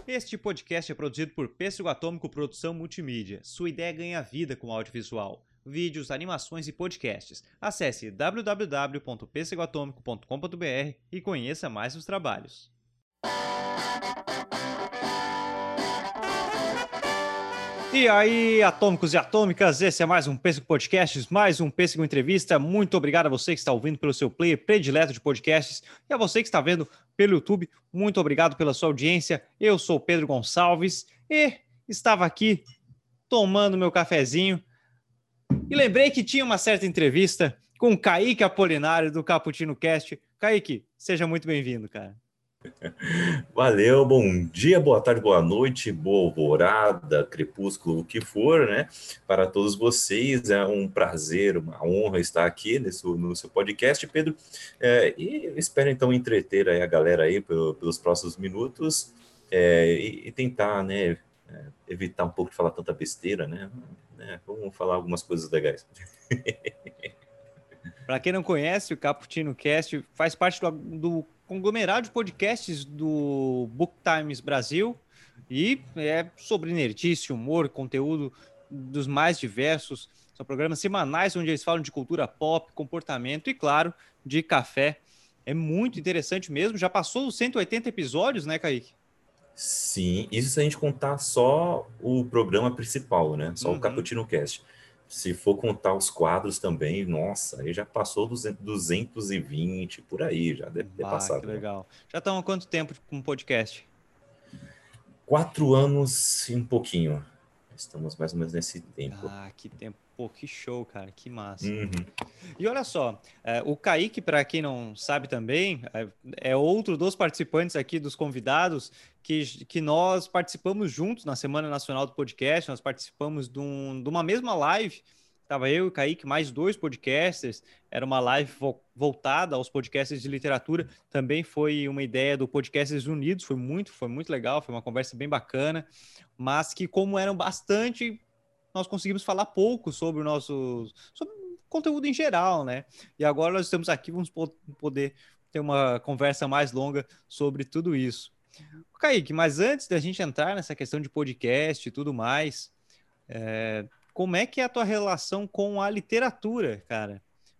Este podcast é produzido por Pêssego Atômico Produção Multimídia. Sua ideia ganha vida com audiovisual, vídeos, animações e podcasts. Acesse www.pêssegoatômico.com.br e conheça mais os trabalhos. E aí, atômicos e atômicas, esse é mais um Pêssego Podcasts, mais um Pêssego Entrevista. Muito obrigado a você que está ouvindo pelo seu player predileto de podcasts e a você que está vendo pelo YouTube. Muito obrigado pela sua audiência. Eu sou Pedro Gonçalves e estava aqui tomando meu cafezinho e lembrei que tinha uma certa entrevista com o Kaique Apolinário do Cappuccino Cast. Kaique, seja muito bem-vindo, cara. Valeu, bom dia, boa tarde, boa noite, boa alvorada, crepúsculo, o que for, né? Para todos vocês, é um prazer, uma honra estar aqui no seu podcast, Pedro. E eu espero então entreter aí a galera aí pelos próximos minutos e tentar, né, evitar um pouco de falar tanta besteira, né? Vamos falar algumas coisas legais. Para quem não conhece, o Cappuccino Cast faz parte do conglomerado de podcasts do Book Times Brasil e é sobre nerdice, humor, conteúdo dos mais diversos. São programas semanais onde eles falam de cultura pop, comportamento e, claro, de café. É muito interessante mesmo. Já passou os 180 episódios, né, Kaique? Sim, isso se a gente contar só o programa principal, né? Só o Uhum. Cappuccino Cast. Se for contar os quadros também, nossa, aí já passou 220 por aí, já deve ter Ah, que passado, né? legal. Já estão há quanto tempo com o podcast? 4 anos e um pouquinho. Estamos mais ou menos nesse tempo. Ah, que tempo. Pô, que show, cara. Que massa. Uhum. E olha só, o Kaique, para quem não sabe também, é outro dos participantes aqui, dos convidados, que nós participamos juntos na Semana Nacional do Podcast, nós participamos de uma mesma live, estava eu e o Kaique, mais dois podcasters, era uma live voltada aos podcasters de literatura, também foi uma ideia do Podcasters Unidos, foi muito legal, foi uma conversa bem bacana, mas que como eram bastante, nós conseguimos falar pouco sobre o nosso sobre conteúdo em geral, né? E agora nós estamos aqui, vamos poder ter uma conversa mais longa sobre tudo isso. Kaique, mas antes da gente entrar nessa questão de podcast e tudo mais, como é que é a tua relação com a literatura, cara?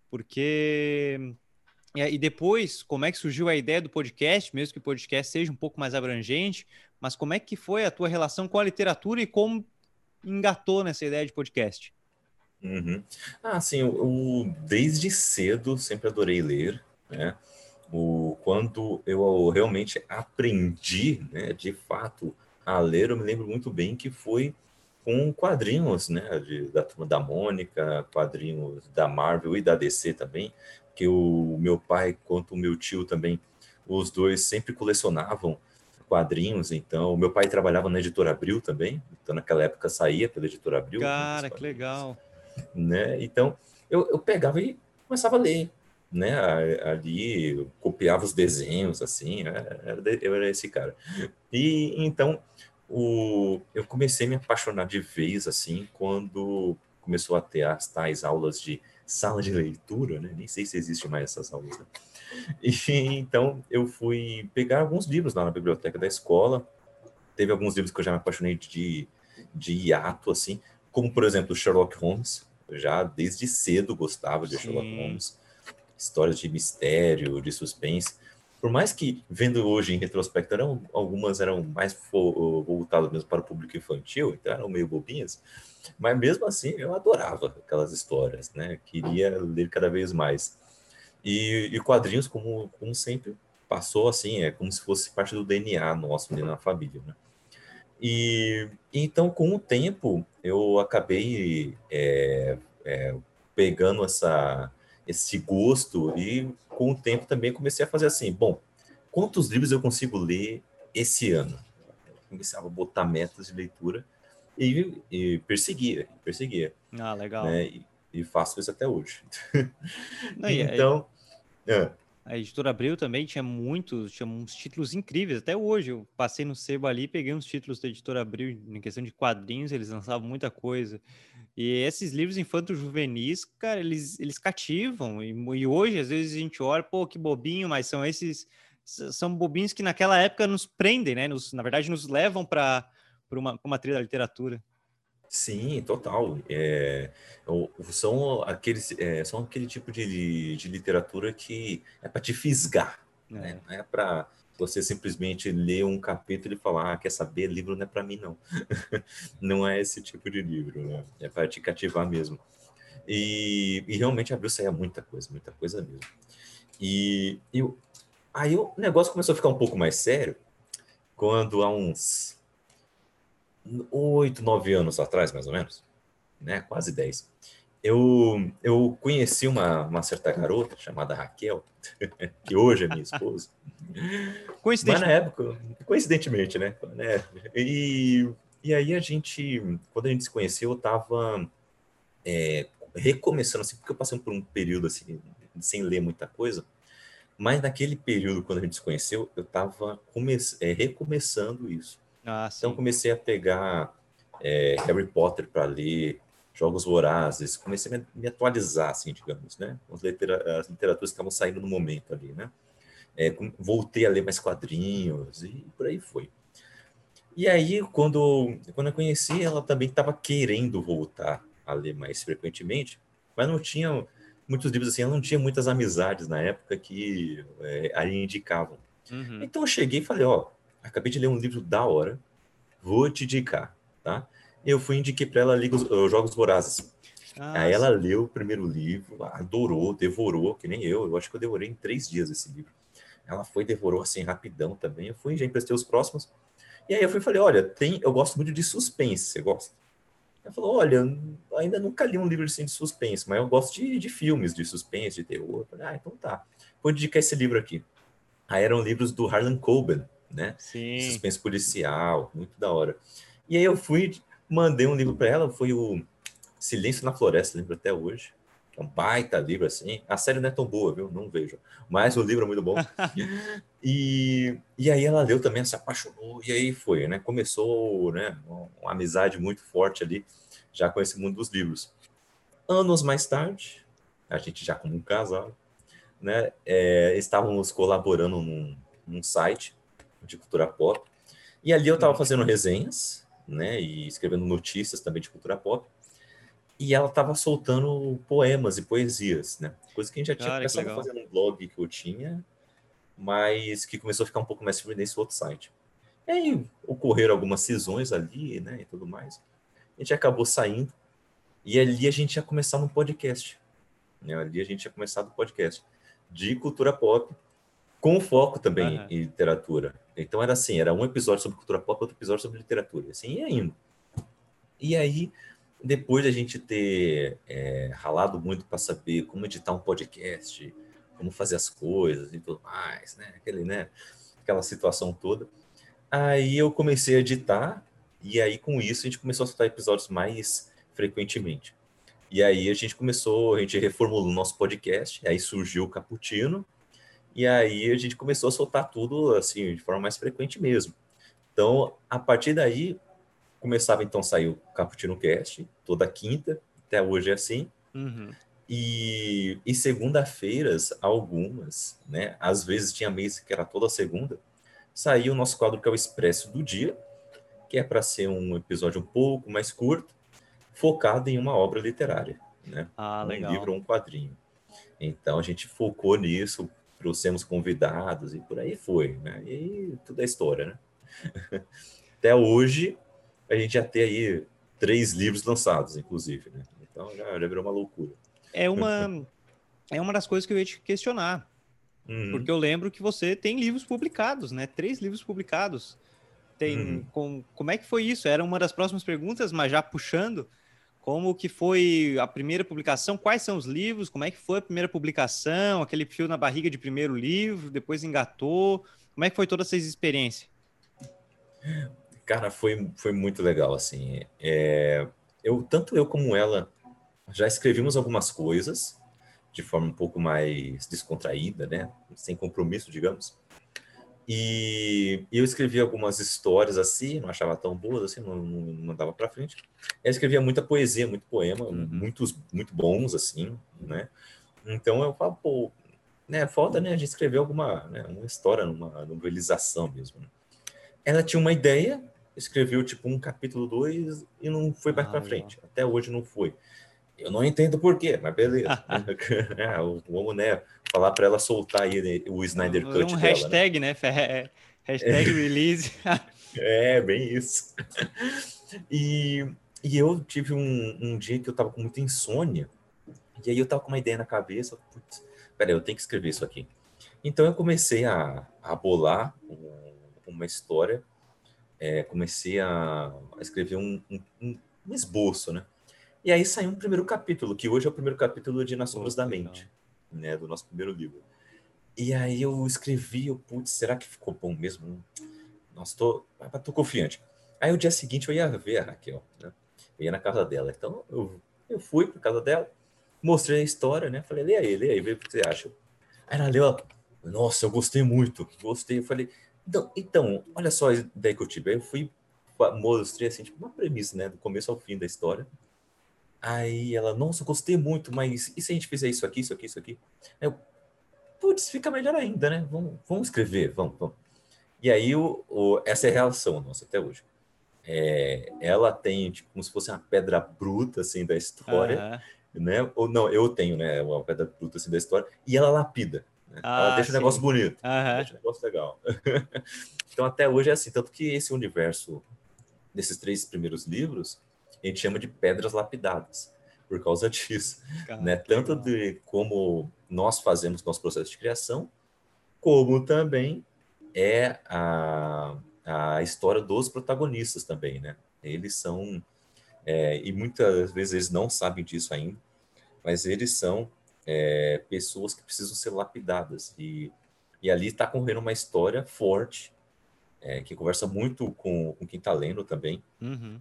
Porque e depois, como é que surgiu a ideia do podcast, mesmo que o podcast seja um pouco mais abrangente, mas como é que foi a tua relação com a literatura e como engatou nessa ideia de podcast? Uhum. Ah, sim, eu desde cedo sempre adorei ler, né? Quando eu realmente aprendi, né, de fato, a ler, eu me lembro muito bem que foi com quadrinhos, né, da Turma da Mônica, quadrinhos da Marvel e da DC também, que o meu pai quanto o meu tio também, os dois sempre colecionavam quadrinhos, então, o meu pai trabalhava na Editora Abril também, então naquela época saía pela Editora Abril, muitos Cara, que quadrinhos, legal. né? Então, eu pegava e começava a ler, né? Ali, eu copiava os desenhos, assim, eu era esse cara. E então, eu comecei a me apaixonar de vez, assim, quando começou a ter as tais aulas de sala de leitura, né? Nem sei se existe mais essas aulas, né? E então, eu fui pegar alguns livros lá na biblioteca da escola. Teve alguns livros que eu já me apaixonei de hiato, assim, como, por exemplo, Sherlock Holmes. Eu já desde cedo gostava de Sherlock Sim. Holmes, histórias de mistério, de suspense. Por mais que, vendo hoje em retrospecto, algumas eram mais voltadas mesmo para o público infantil, então eram meio bobinhas, mas mesmo assim eu adorava aquelas histórias, né? Queria ler cada vez mais. E quadrinhos, como sempre, passou assim, é como se fosse parte do DNA nosso ali na família, né? E então, com o tempo, eu acabei pegando esse gosto e, com o tempo, também comecei a fazer assim, bom, quantos livros eu consigo ler esse ano? Eu começava a botar metas de leitura e perseguia, Ah, legal. né? E faço isso até hoje. Não, Então, é, a Editora Abril também tinha uns títulos incríveis. Até hoje, eu passei no sebo ali, peguei uns títulos da Editora Abril em questão de quadrinhos, eles lançavam muita coisa. E esses livros infanto-juvenis, cara, eles cativam. E hoje, às vezes, a gente olha, pô, que bobinho, mas são esses são bobinhos que naquela época nos prendem, né? Na verdade, nos levam para uma trilha da literatura. Sim, total. São aquele tipo de literatura que é para te fisgar, né? É. Não é para você simplesmente ler um capítulo e falar, quer saber, livro não é para mim, não. Não é esse tipo de livro, né? É para te cativar mesmo. E realmente abriu sair muita coisa mesmo. Aí o negócio começou a ficar um pouco mais sério quando há uns 8, 9 anos atrás, mais ou menos, né? Quase 10. Eu conheci uma certa garota chamada Raquel, que hoje é minha esposa, mas na Coincidentemente. época, coincidentemente, né? E, e aí quando a gente se conheceu, eu tava recomeçando, assim, porque eu passei por um período assim, sem ler muita coisa, mas naquele período, quando a gente se conheceu, eu tava recomeçando isso. Ah, Então sim. comecei a pegar Harry Potter para ler, Jogos Vorazes, comecei a me atualizar, assim, digamos, né? As literaturas que estavam saindo no momento ali, né? Voltei a ler mais quadrinhos e por aí foi. E aí, quando eu conheci, ela também estava querendo voltar a ler mais frequentemente, mas não tinha muitos livros assim, ela não tinha muitas amizades na época que a indicavam. Uhum. Então eu cheguei e falei, ó, acabei de ler um livro da hora, vou te indicar, tá? Eu fui e indiquei para ela os Jogos Vorazes. Ah, Aí ela sim. leu o primeiro livro, adorou, devorou, que nem eu. Eu acho que eu devorei em 3 dias esse livro. Ela foi, devorou assim rapidão também. Eu fui, já emprestei os próximos. E aí eu fui e falei, olha, eu gosto muito de suspense, você gosta? Ela falou, olha, ainda nunca li um livro assim de suspense, mas eu gosto de filmes de suspense, de terror. Eu falei, então tá. Vou indicar esse livro aqui. Aí eram livros do Harlan Coben, né? De Sim. suspense policial, muito da hora. E aí eu fui, mandei um livro para ela, foi o Silêncio na Floresta, lembro até hoje. É um baita livro, assim. A série não é tão boa, viu? Não vejo. Mas o livro é muito bom. E aí ela leu também, se apaixonou, e aí foi, né? Começou, né, uma amizade muito forte ali, já com esse mundo dos livros. Anos mais tarde, a gente já como um casal, né, estávamos colaborando num site de cultura pop, e ali eu estava Uhum. fazendo resenhas, né, e escrevendo notícias também de cultura pop, e ela estava soltando poemas e poesias, né, coisa que a gente já tinha Cara, que começado a legal. fazer num blog que eu tinha, mas que começou a ficar um pouco mais firme nesse outro site. E aí ocorreram algumas cisões ali, né, e tudo mais. A gente acabou saindo, e ali a gente ia começar um podcast, né, ali a gente ia começar um podcast de cultura pop, com foco também Aham. em literatura. Então era assim, era um episódio sobre cultura pop, outro episódio sobre literatura, assim ia indo. E aí, depois da gente ter ralado muito para saber como editar um podcast, como fazer as coisas e tudo mais, né, aquela situação toda, aí eu comecei a editar, e aí com isso a gente começou a soltar episódios mais frequentemente. E aí a gente reformulou o nosso podcast, aí surgiu o Cappuccino, e aí a gente começou a soltar tudo assim de forma mais frequente mesmo. Então, a partir daí, começava então a sair o Cappuccino Cast, toda quinta, até hoje é assim. Uhum. E segunda-feiras, algumas, né? Às vezes tinha mês que era toda segunda, saía o nosso quadro que é o Expresso do Dia, que é para ser um episódio um pouco mais curto, focado em uma obra literária, né? Ah, Um legal. livro ou um quadrinho. Então a gente focou nisso, trouxemos convidados e por aí foi, né? E aí tudo é história, né? Até hoje a gente já tem aí 3 livros lançados, inclusive, né? Então já virou uma loucura. É uma, é uma das coisas que eu ia te questionar, porque Uhum, eu lembro que você tem livros publicados, né? 3 livros publicados. uhum. Como é que foi isso? Era uma das próximas perguntas, mas já puxando, como que foi a primeira publicação? Quais são os livros? Como é que foi a primeira publicação? Aquele fio na barriga de primeiro livro, depois engatou. Como é que foi toda essa experiência? Cara, foi muito legal, assim. Tanto eu como ela já escrevíamos algumas coisas de forma um pouco mais descontraída, né? Sem compromisso, digamos. E eu escrevia algumas histórias assim, não achava tão boas assim, não dava para frente. Eu escrevia muita poesia, muito poema, Uhum. muito bons assim, né? Então eu falo, pô, né, falta, né, a gente escrever alguma, né, uma história, uma novelização mesmo, né? Ela tinha uma ideia, escreveu tipo um capítulo 2 e não foi mais Ah, para legal. frente. Até hoje não foi. Eu não entendo por quê, mas beleza, né? Vamos, né, falar para ela soltar aí né, o Snyder Fazer um Cut dela, né? hashtag, né? Hashtag release. É, bem isso. E, e eu tive um dia que eu tava com muita insônia, e aí eu tava com uma ideia na cabeça, putz, peraí, eu tenho que escrever isso aqui. Então eu comecei a bolar uma história, comecei a escrever um esboço, né? E aí saiu um primeiro capítulo, que hoje é o primeiro capítulo de Nas Pô, Sombras da que legal. Mente, né, do nosso primeiro livro. E aí eu escrevi, putz, será que ficou bom mesmo? Nossa, tô confiante. Aí o dia seguinte eu ia ver a Raquel, né? Eu ia na casa dela. Então eu fui pra casa dela, mostrei a história, né? Falei, lê aí, vê o que você acha. Aí ela leu, ela, nossa, eu gostei muito, gostei. Eu falei, então, olha só a ideia que eu tive. Aí eu fui, mostrei assim, tipo, uma premissa, né? Do começo ao fim da história. Aí ela, nossa, eu gostei muito, mas e se a gente fizer isso aqui, isso aqui, isso aqui? Aí eu, putz, fica melhor ainda, né? Vamos escrever, vamos. E aí, essa é a reação nossa até hoje. Ela tem, tipo, como se fosse uma pedra bruta, assim, da história, Aham. né? Ou não, eu tenho, né? Uma pedra bruta, assim, da história, e ela lapida, né? Ela Ah, deixa o negócio sim. bonito, Aham. deixa o negócio legal. Então, até hoje é assim, tanto que esse universo desses 3 primeiros livros, a gente chama de pedras lapidadas, por causa disso, né? Cara, que Tanto legal. de como nós fazemos nosso processo de criação, como também é a história dos protagonistas também, né? Eles são, e muitas vezes eles não sabem disso ainda, mas eles são pessoas que precisam ser lapidadas. E ali está correndo uma história forte, que conversa muito com quem está lendo também, Uhum.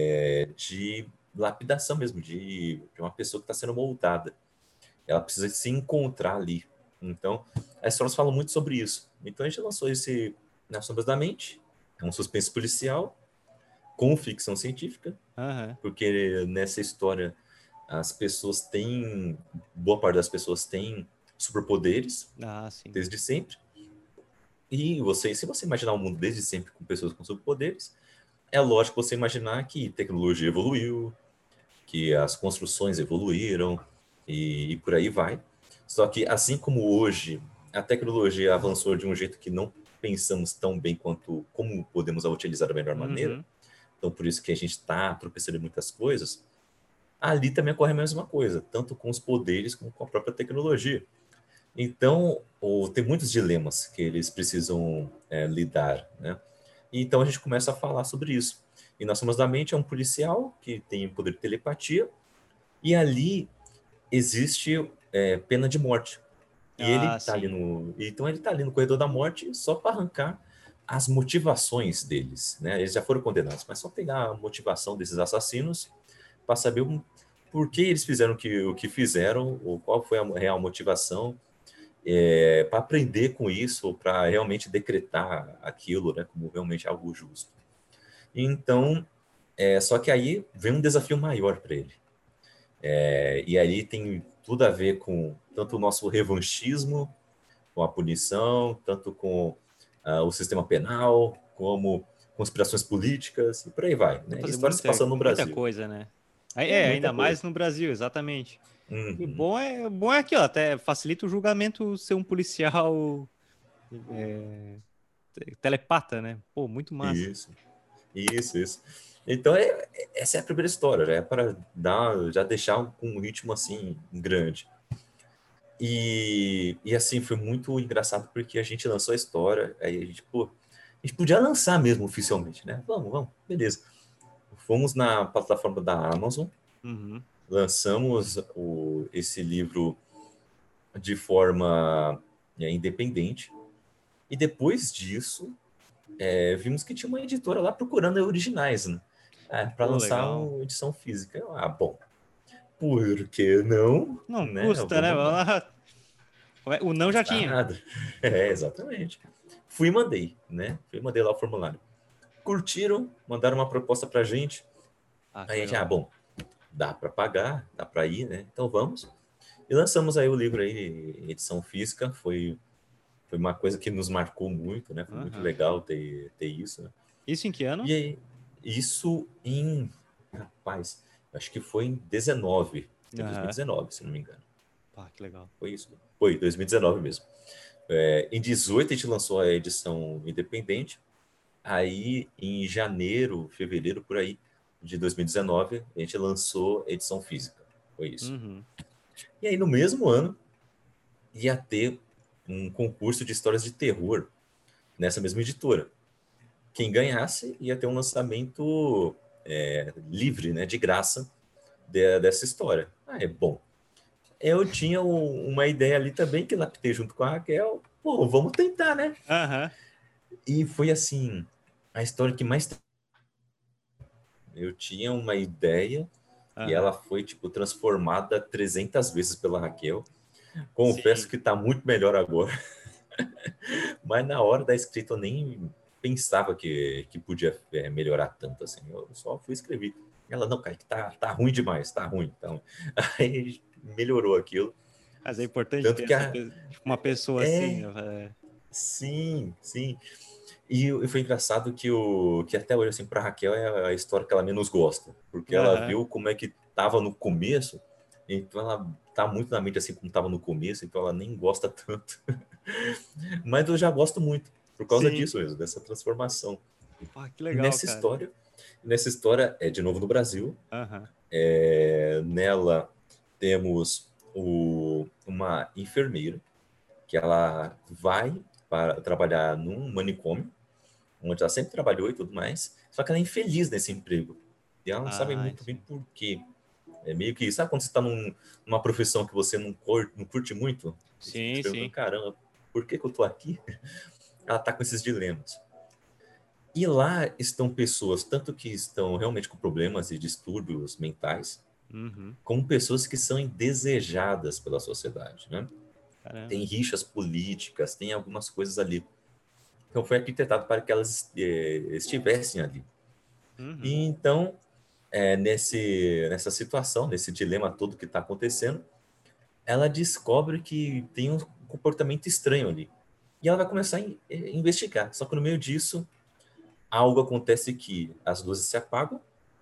de lapidação mesmo, de uma pessoa que está sendo moldada. Ela precisa se encontrar ali. Então, as histórias falam muito sobre isso. Então, a gente lançou esse Nas Sombras da Mente, é um suspense policial com ficção científica, Aham. porque nessa história as pessoas têm, boa parte das pessoas tem superpoderes Ah, sim. desde sempre. E se você imaginar um mundo desde sempre com pessoas com superpoderes, é lógico você imaginar que tecnologia evoluiu, que as construções evoluíram e por aí vai. Só que assim como hoje a tecnologia avançou de um jeito que não pensamos tão bem quanto como podemos a utilizar da melhor maneira, Uhum. então por isso que a gente está tropeçando em muitas coisas, ali também ocorre a mesma coisa, tanto com os poderes como com a própria tecnologia. Então, tem muitos dilemas que eles precisam lidar, né? E então a gente começa a falar sobre isso. E Nós Somos da Mente é um policial que tem poder de telepatia, e ali existe pena de morte. E ele Ah, tá ali sim. no. Então ele tá ali no corredor da morte só para arrancar as motivações deles, né? Eles já foram condenados, mas só pegar a motivação desses assassinos para saber por que eles fizeram o que fizeram, ou qual foi a real motivação, para aprender com isso, para realmente decretar aquilo, né, como realmente algo justo. Então, só que aí vem um desafio maior para ele. E aí tem tudo a ver com tanto o nosso revanchismo, com a punição, tanto com o sistema penal, como conspirações políticas, e por aí vai, Dá pra né? fazer História se muita, passando no muita Brasil. coisa, né? É muita Ainda coisa. mais no Brasil, exatamente. E Uhum. bom é aquilo, até facilita o julgamento ser um policial é, telepata, né? Pô, muito massa. Isso, isso. Então, essa é a primeira história, já é para já deixar com um ritmo assim grande. E assim, foi muito engraçado porque a gente lançou a história, aí a gente, pô, a gente podia lançar mesmo oficialmente, né? Vamos, beleza. Fomos na plataforma da Amazon, Uhum. lançamos esse livro de forma independente, e depois disso, vimos que tinha uma editora lá procurando originais, né? Para Pô, lançar legal. uma edição física. Bom, por que não? Não Né? custa, né? Vamos Vamos lá. lá. O não já Custa tinha. nada. Exatamente. Fui e mandei, né? Fui e mandei lá o formulário. Curtiram, mandaram uma proposta pra gente. Ah, Aí que a gente, legal. bom, dá para pagar, dá para ir, né? Então vamos. E lançamos aí o livro aí, em edição física, foi uma coisa que nos marcou muito, né? Foi muito Aham. legal ter isso, né? Isso em que ano? E aí, isso em, rapaz, acho que foi em 19, em Aham. 2019, se não me engano. Pá, que legal. Foi isso? Foi, 2019 mesmo. Em 18 a gente lançou a edição independente. Aí, em janeiro, fevereiro, por aí, de 2019, a gente lançou a edição física. Foi isso. Uhum. E aí, no mesmo ano, ia ter um concurso de histórias de terror nessa mesma editora. Quem ganhasse ia ter um lançamento livre, né, de graça, dessa história. Ah, é bom. Eu tinha uma ideia ali também que lapidei junto com a Raquel. Pô, vamos tentar, né? Aham. E foi assim, a história que mais eu tinha uma ideia e ela Aham. foi tipo transformada 300 vezes pela Raquel. Confesso Sim. que está muito melhor agora, mas na hora da escrita eu nem pensava que podia melhorar tanto assim. Eu só fui escrever. Ela, não, cara, que tá ruim demais, tá ruim. Então, aí melhorou aquilo. Mas é importante Tanto ter que tipo, uma pessoa assim, é, né? sim, sim. E foi engraçado que até hoje, assim, para Raquel é a história que ela menos gosta, porque ela Aham. viu como é que tava no começo, então ela tá muito na mente assim como tava no começo, então ela nem gosta tanto. Mas eu já gosto muito, por causa Sim. disso mesmo, dessa transformação. Pá, que E legal, cara. nessa história é de novo no Brasil, Aham. nela temos uma enfermeira que ela vai para trabalhar num manicômio onde ela sempre trabalhou e tudo mais, só que ela é infeliz nesse emprego. E ela não sabe Ah, muito bem sim. por quê. É meio que, sabe quando você está numa profissão que você não curte muito? E você fica se Sim, perguntando, sim. caramba, por que eu tô aqui? Ela tá com esses dilemas. E lá estão pessoas, tanto que estão realmente com problemas e distúrbios mentais, Uhum. como pessoas que são indesejadas pela sociedade, né? Tem Caramba. rixas políticas, tem algumas coisas ali. Então foi arquitetado para que elas estivessem ali. E Uhum. então nessa situação, nesse dilema todo que está acontecendo, ela descobre que tem um comportamento estranho ali. E ela vai começar a investigar. Só que no meio disso, algo acontece que as luzes se apagam,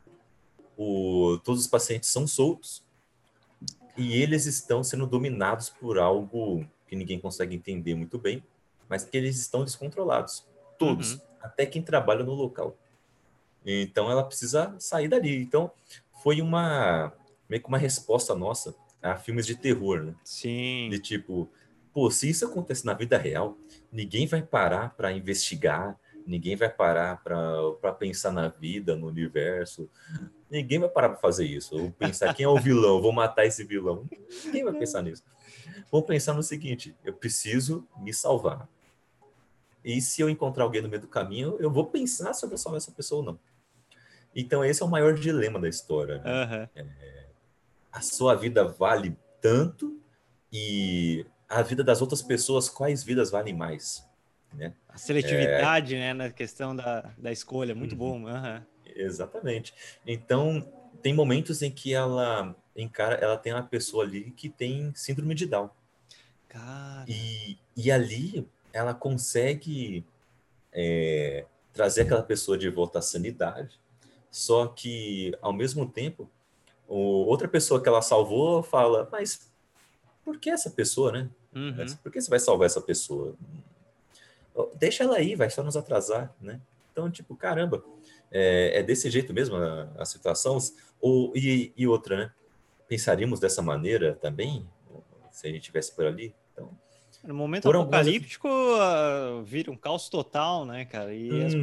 todos os pacientes são soltos e eles estão sendo dominados por algo que ninguém consegue entender muito bem, mas que eles estão descontrolados. Uhum. Todos, até quem trabalha no local. Então ela precisa sair dali. Então foi meio que uma resposta nossa a filmes de terror, né? De Sim. tipo, pô, se isso acontece na vida real, ninguém vai parar para investigar, ninguém vai parar para pensar na vida, no universo. Ninguém vai parar para fazer isso. Ou pensar quem é o vilão, vou matar esse vilão. Ninguém vai pensar nisso. Vou pensar no seguinte, eu preciso me salvar. E se eu encontrar alguém no meio do caminho, eu vou pensar se eu vou salvar essa pessoa ou não. Então, esse é o maior dilema da história, né? Aham. A sua vida vale tanto e a vida das outras pessoas, quais vidas valem mais, né? A seletividade, né, na questão da escolha, muito bom. Aham. Exatamente. Então, tem momentos em que ela tem uma pessoa ali que tem síndrome de Down. Cara. E ali ela consegue trazer aquela pessoa de volta à sanidade, só que, ao mesmo tempo, outra pessoa que ela salvou fala, mas por que essa pessoa, né? Uhum. Por que você vai salvar essa pessoa? Deixa ela aí, vai só nos atrasar, né? Então, tipo, caramba, é desse jeito mesmo a situação? E outra, né? Pensaríamos dessa maneira também, se a gente estivesse por ali? Então, No momento por algumas... apocalíptico, vira um caos total, né, cara?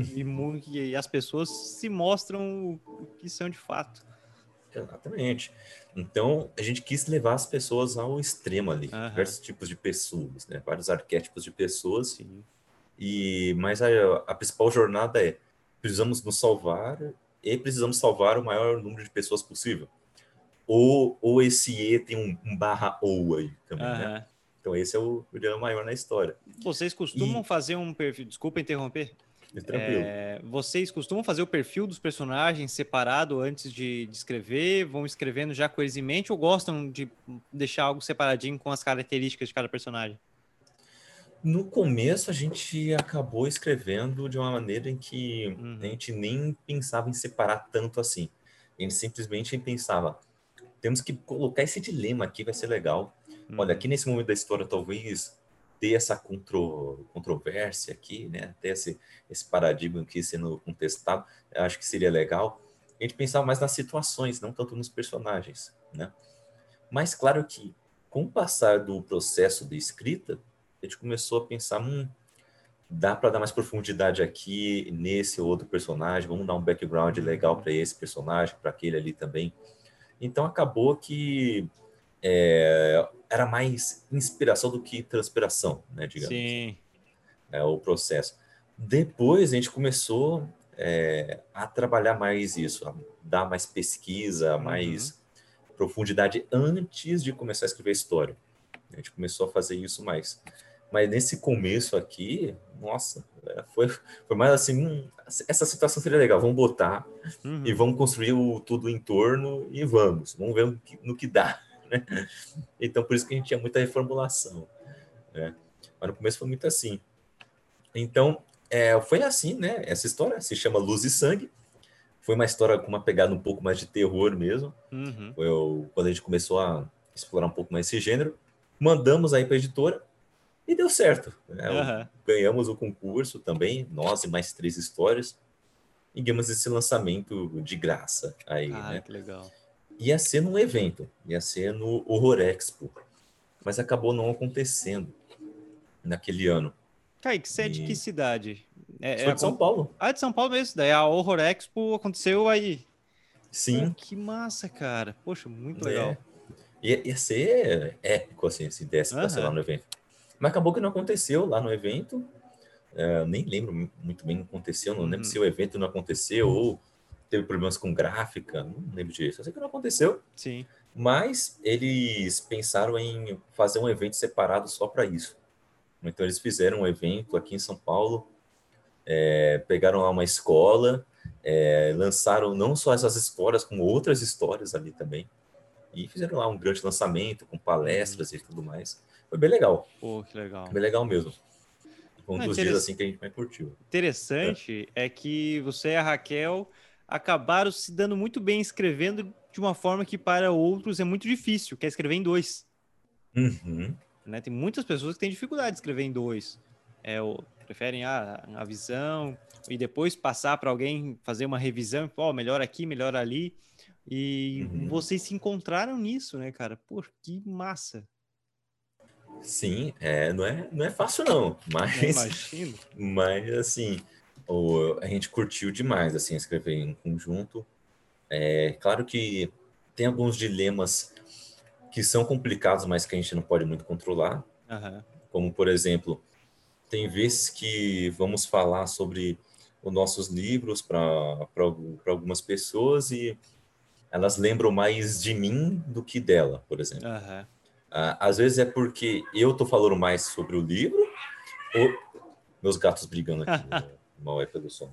E as pessoas se mostram o que são de fato. Exatamente. Então, a gente quis levar as pessoas ao extremo ali, Aham. diversos tipos de pessoas, né? Vários arquétipos de pessoas. Sim. Mas a principal jornada é precisamos nos salvar e precisamos salvar o maior número de pessoas possível. Ou esse E tem um barra ou aí também, né? Aham. Então esse é o dilema maior na história. Vocês costumam E fazer um perfil. Desculpa interromper. Tranquilo. Vocês costumam fazer o perfil dos personagens separado antes de escrever? Vão escrevendo já com eles em mente ou gostam de deixar algo separadinho com as características de cada personagem? No começo, a gente acabou escrevendo de uma maneira em que a Uhum, gente nem pensava em separar tanto assim. A gente simplesmente pensava, temos que colocar esse dilema aqui, vai ser legal. Olha, uhum. aqui nesse momento da história, talvez ter essa controvérsia aqui, né? Ter esse paradigma aqui sendo contestado, eu acho que seria legal. A gente pensava mais nas situações, não tanto nos personagens, né? Mas claro que, com o passar do processo de escrita, a gente começou a pensar, dá para dar mais profundidade aqui nesse ou outro personagem, vamos dar um background legal Uhum. para esse personagem, para aquele ali também. Então acabou que era mais inspiração do que transpiração, né, digamos, Sim. o processo. Depois a gente começou a trabalhar mais isso, a dar mais pesquisa, Uhum. mais profundidade antes de começar a escrever a história. A gente começou a fazer isso mais. Mas nesse começo aqui, nossa, foi mais assim, essa situação seria legal, vamos botar e Uhum. vamos construir tudo em torno e vamos ver no que dá, né? Então, por isso que a gente tinha muita reformulação, né? Mas no começo foi muito assim. Então, foi assim, né? Essa história se chama Luz e Sangue. Foi uma história com uma pegada um pouco mais de terror mesmo. Uhum. Quando a gente começou a explorar um pouco mais esse gênero, mandamos aí para a editora e deu certo, né? Aham. Ganhamos o concurso também, nós e mais 3 histórias, e ganhamos esse lançamento de graça aí, Cara, né? que legal. Ia ser num evento, ia ser no Horror Expo, mas acabou não acontecendo naquele ano. Kaique, você é de que E cidade? isso foi de São Paulo. Ah, de São Paulo mesmo. Daí a Horror Expo aconteceu aí. Pô, Sim, que massa, cara. Poxa, muito né? legal. Ia ser épico, assim, se desse para ser lá Aham. no evento. Mas acabou que não aconteceu lá no evento. Eu nem lembro muito bem o que aconteceu. Não lembro se Uhum. o evento não aconteceu ou teve problemas com gráfica. Não lembro disso. Eu sei que não aconteceu. Sim. Mas eles pensaram em fazer um evento separado só para isso. Então eles fizeram um evento aqui em São Paulo, pegaram lá uma escola, lançaram não só essas histórias, como outras histórias ali também. E fizeram lá um grande lançamento com Uhum. palestras e tudo mais. Foi Pô, que legal. bem legal mesmo. Foi um Não, dos dias assim que a gente mais curtiu. É. interessante é que você e a Raquel acabaram se dando muito bem escrevendo de uma forma que para outros é muito difícil, que é escrever em dois. Uhum. Né? Tem muitas pessoas que têm dificuldade de escrever em dois. Preferem a visão e depois passar para alguém fazer uma revisão, melhor aqui, melhor ali. E Uhum. vocês se encontraram nisso, né, cara? Pô, que massa. Sim, não é fácil não, Não mas, imagino. mas assim, a gente curtiu demais assim escrever em conjunto. Claro que tem alguns dilemas que são complicados, mas que a gente não pode muito controlar, Aham. como por exemplo, tem vezes que vamos falar sobre os nossos livros para algumas pessoas e elas lembram mais de mim do que dela, por exemplo. Aham. Às vezes é porque eu tô falando mais sobre o livro, ou meus gatos brigando aqui, mal é pelo som.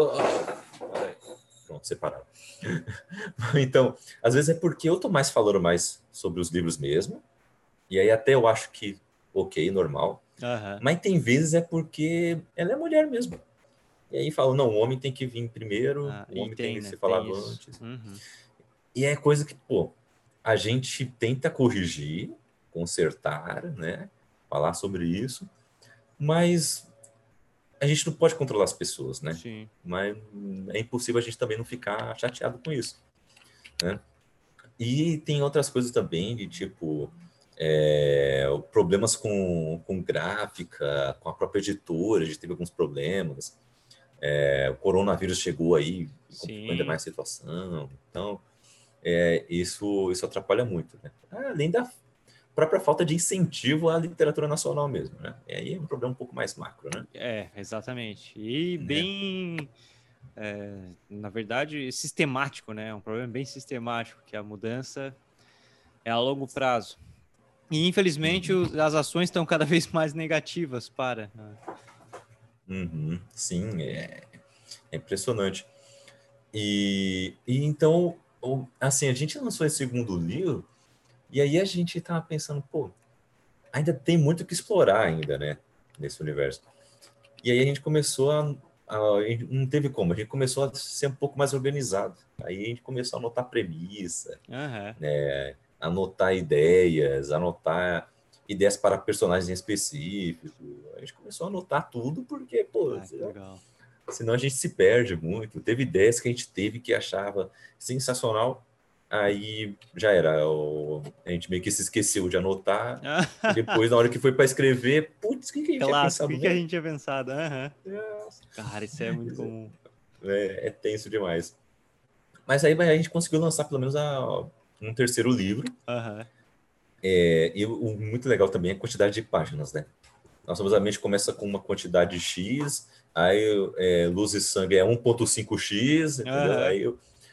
Pronto, separaram. Então, às vezes é porque eu tô mais falando mais sobre os livros mesmo, e aí até eu acho que ok, normal. Aham. Mas tem vezes é porque ela é mulher mesmo. E aí fala, não, o homem tem que vir primeiro, Ah, o e homem tem tem, que né? ser Tem falado isso. antes. Uhum. E é coisa que, pô, a gente tenta corrigir, consertar, né? Falar sobre isso, mas a gente não pode controlar as pessoas, né? Sim. Mas é impossível a gente também não ficar chateado com isso, né? E tem outras coisas também, de tipo, problemas com gráfica, com a própria editora, a gente teve alguns problemas. O coronavírus chegou aí e complicou ainda Sim. mais a situação. Então, isso atrapalha muito, né? Além da própria falta de incentivo à literatura nacional mesmo, né? E aí é um problema um pouco mais macro, né? Exatamente. E Né? bem, na verdade, sistemático, né? É um problema bem sistemático, que a mudança é a longo prazo. E, infelizmente, Uhum. as ações estão cada vez mais negativas para. Uhum, sim, é impressionante. E então, assim, a gente lançou esse segundo livro, e aí a gente tava pensando, pô, ainda tem muito o que explorar ainda, né, nesse universo. E aí a gente começou a gente não teve como, a gente começou a ser um pouco mais organizado. Aí a gente começou a anotar premissa, Aham. anotar ideias, anotar ideias para personagens em específico. A gente começou a anotar tudo porque, pô, Ah, que legal. senão a gente se perde muito. Teve ideias que a gente teve que achava sensacional, aí já era. A gente meio que se esqueceu de anotar, e depois, na hora que foi para escrever, putz, o que que a gente tinha Clássico, o pensado que que a mesmo? gente tinha pensado? Aham. É, Cara, isso é muito comum. é tenso demais. Mas aí a gente conseguiu lançar pelo menos um terceiro livro. Aham. E o muito legal também é a quantidade de páginas, né? Nossa, mente começa com uma quantidade X, aí Luz e Sangue é 1.5x, entendeu? Aham.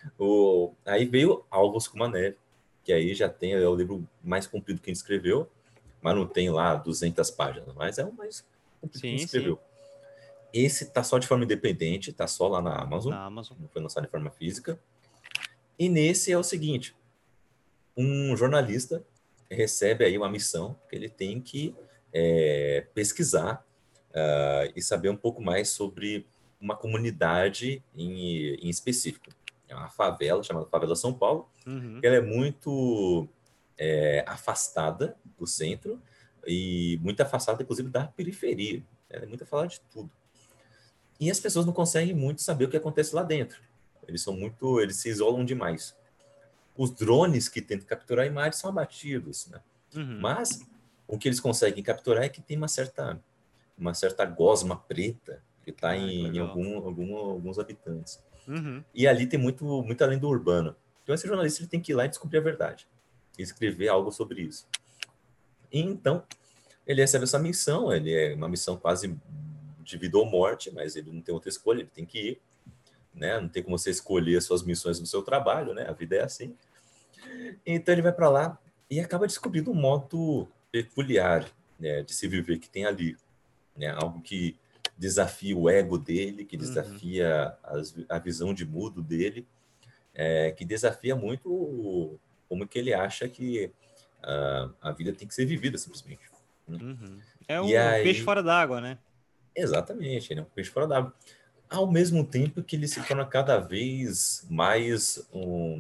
Aí veio Alvos como a Neve, que aí já tem, é o livro mais comprido que a gente escreveu, mas não tem lá 200 páginas, mas é o mais comprido que a gente Sim, sim. escreveu. Esse tá só de forma independente, tá só lá na Amazon, Na Amazon. não foi lançado de forma física. E nesse é o seguinte, um jornalista recebe aí uma missão que ele tem que pesquisar e saber um pouco mais sobre uma comunidade em específico. É uma favela chamada Favela São Paulo, Uhum. que ela é muito afastada do centro e muito afastada, inclusive, da periferia. Ela é muito afastada de tudo. E as pessoas não conseguem muito saber o que acontece lá dentro. Eles se isolam demais. Os drones que tentam capturar imagens são abatidos, né? Uhum. Mas o que eles conseguem capturar é que tem uma certa gosma preta que está Ah, que em legal. alguns habitantes. Uhum. E ali tem muito além do urbano. Então esse jornalista ele tem que ir lá e descobrir a verdade. E escrever algo sobre isso. E então, ele recebe essa missão, ele é uma missão quase de vida ou morte, mas ele não tem outra escolha, ele tem que ir, né? Não tem como você escolher as suas missões no seu trabalho, né? A vida é assim. Então ele vai para lá e acaba descobrindo um modo peculiar, né, de se viver que tem ali, né? Algo que desafia o ego dele, que Uhum. desafia a visão de mundo dele, que desafia muito como que ele acha que a vida tem que ser vivida simplesmente, né? Uhum. É E um peixe aí, fora d'água, né? exatamente, ele é um peixe fora d'água. Ao mesmo tempo que ele se torna cada vez mais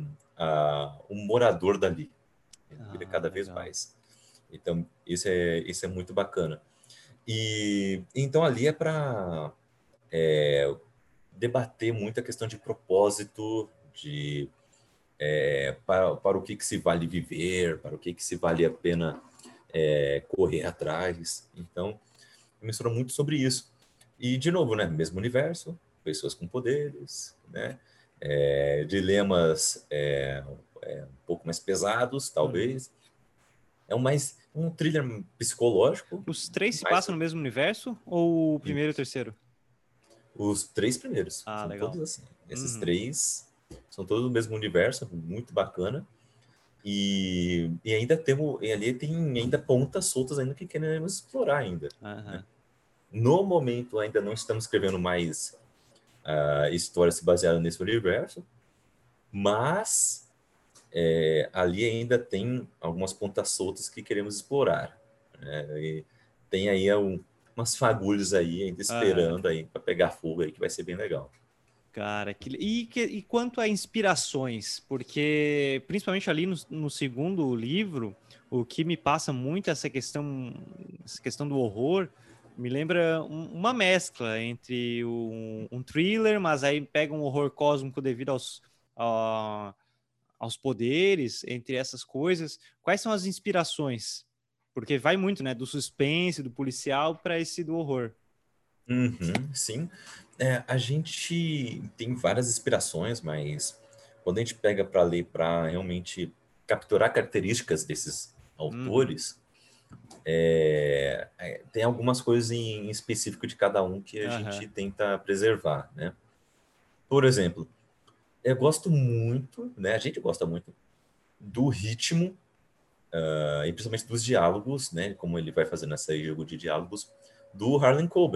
um morador dali. Ele vira Ah, cada vez legal. mais. Então, isso é muito bacana. E então ali é para debater muito a questão de propósito, para o que se vale viver, para o que se vale a pena correr atrás. Então, mencionou muito sobre isso. E, de novo, né, mesmo universo, pessoas com poderes, né, dilemas um pouco mais pesados, Uhum. talvez. É um thriller psicológico, Os três se mais passam no mesmo universo ou o primeiro e o terceiro? os três primeiros. Ah, São legal. todos assim. Esses Uhum. três são todos do mesmo universo, muito bacana. E ainda temos, e ali tem ainda pontas soltas ainda que queremos explorar ainda, né? Aham. No momento ainda não estamos escrevendo mais histórias se baseadas nesse universo, mas ali ainda tem algumas pontas soltas que queremos explorar, né? E tem aí umas fagulhas aí ainda Aham. esperando aí para pegar fogo aí que vai ser bem legal. Cara, e quanto a inspirações? Porque, principalmente ali no segundo livro, o que me passa muito é essa questão do horror, me lembra uma mescla entre um thriller, mas aí pega um horror cósmico devido aos poderes, entre essas coisas. Quais são as inspirações? Porque vai muito, né, do suspense, do policial para esse do horror. Uhum, sim. A gente tem várias inspirações, mas quando a gente pega para ler para realmente capturar características desses Uhum. autores, tem algumas coisas em específico de cada um que a Aham. gente tenta preservar, né? Por exemplo, eu gosto muito, né? A gente gosta muito do ritmo, e principalmente dos diálogos, né? Como ele vai fazendo esse jogo de diálogos do Harlan Coben.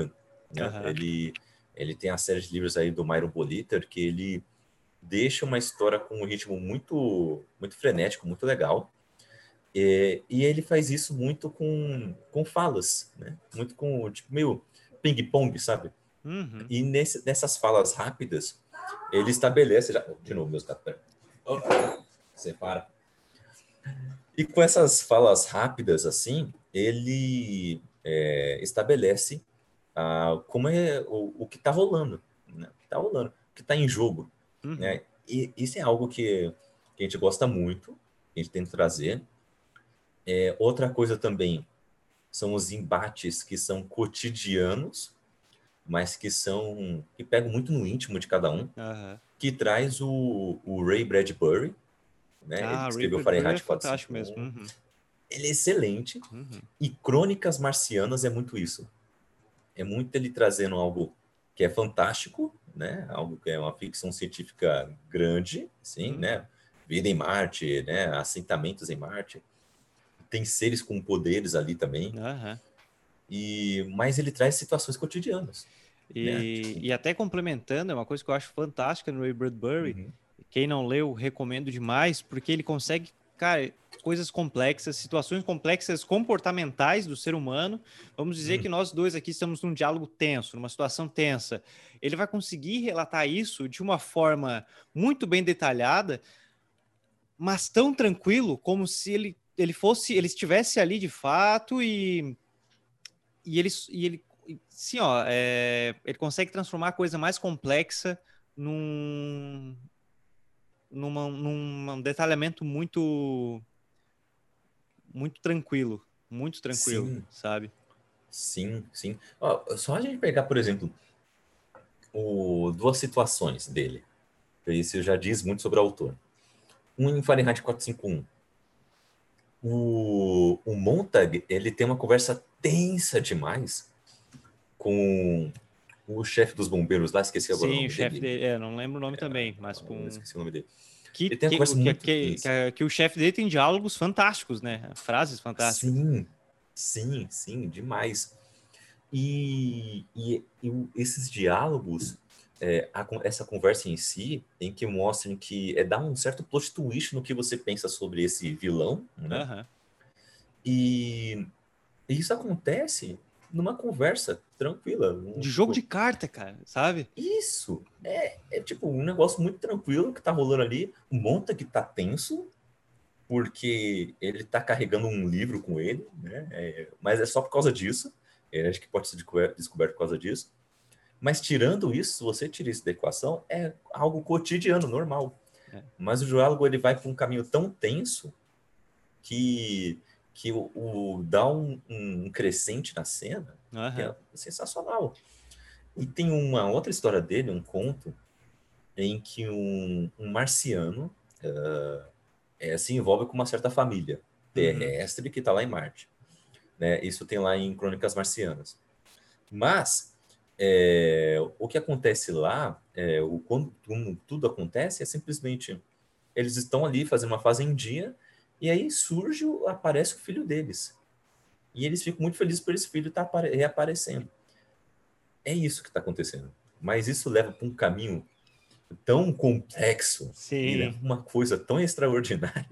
né? Aham. Ele tem a série de livros aí do Myron Boliter, que ele deixa uma história com um ritmo muito frenético, muito legal. E ele faz isso muito com falas, né? Muito com, tipo, meio ping-pong, sabe? Uhum. E nessas falas rápidas, ele estabelece... De novo, meus gatos. Separa. E com essas falas rápidas, assim, ele estabelece como é o que está rolando, né? O que está rolando, o que está em jogo, Uhum. né? E isso é algo que a gente gosta muito, que a gente tenta trazer. Outra coisa também são os embates que são cotidianos, mas que pegam muito no íntimo de cada um, Aham. que traz o Ray Bradbury, né? Ele Ah, que Ray escreveu Bradbury é Fahrenheit fantástico mesmo. 451. Uhum. Ele é excelente. Uhum. E Crônicas Marcianas é muito isso. É muito ele trazendo algo que é fantástico, né? Algo que é uma ficção científica grande, sim, Uhum. né? Vida em Marte, né? Assentamentos em Marte. Tem seres com poderes ali também. Aham. Mas ele traz situações cotidianas, né? Tipo, E até complementando, é uma coisa que eu acho fantástica no Ray Bradbury. uhum, Quem não leu, recomendo demais, porque ele consegue, cara, coisas complexas, situações complexas comportamentais do ser humano. Vamos dizer que uhum, nós dois aqui estamos num diálogo tenso, numa situação tensa. Ele vai conseguir relatar isso de uma forma muito bem detalhada, mas tão tranquilo como se ele estivesse ali de fato e ele sim, ó, ele consegue transformar a coisa mais complexa num, num detalhamento muito tranquilo, sim, sabe? sim, sim. Ó, só a gente pegar, por exemplo, duas situações dele. Isso já diz muito sobre o autor. Um em Fahrenheit 451. O Montag, ele tem uma conversa tensa demais com o chefe dos bombeiros lá, esqueci agora o Sim, o nome chefe dele. dele, não lembro o nome também, mas Eu com esqueci o nome dele. que Ele tem uma que conversa o que, muito que, tensa. que o chefe dele tem diálogos fantásticos, né? Frases fantásticas. Sim, sim, sim, demais. Esses diálogos, essa conversa em si, em que mostram que dá um certo plot twist no que você pensa sobre esse vilão, né? Aham. E, e isso acontece numa conversa tranquila. De jogo de Tipo, carta, cara, sabe? isso é tipo um negócio muito tranquilo que tá rolando ali. O Monta que tá tenso, porque ele tá carregando um livro com ele, né? Mas é só por causa disso. Acho que pode ser descoberto por causa disso. Mas tirando isso, se você tira isso da equação, é algo cotidiano, normal. É. Mas o diálogo ele vai para um caminho tão tenso que, que dá um crescente na cena que é Aham. sensacional. E tem uma outra história dele, um conto, em que um marciano se envolve com uma certa família Uhum. terrestre que está lá em Marte. Né? Isso tem lá em Crônicas Marcianas. Mas o que acontece lá, quando tudo acontece, é simplesmente eles estão ali fazendo uma fazendinha e aí aparece o filho deles. E eles ficam muito felizes por esse filho estar reaparecendo. É isso que está acontecendo. Mas isso leva para um caminho tão complexo e leva Sim. para uma coisa tão extraordinária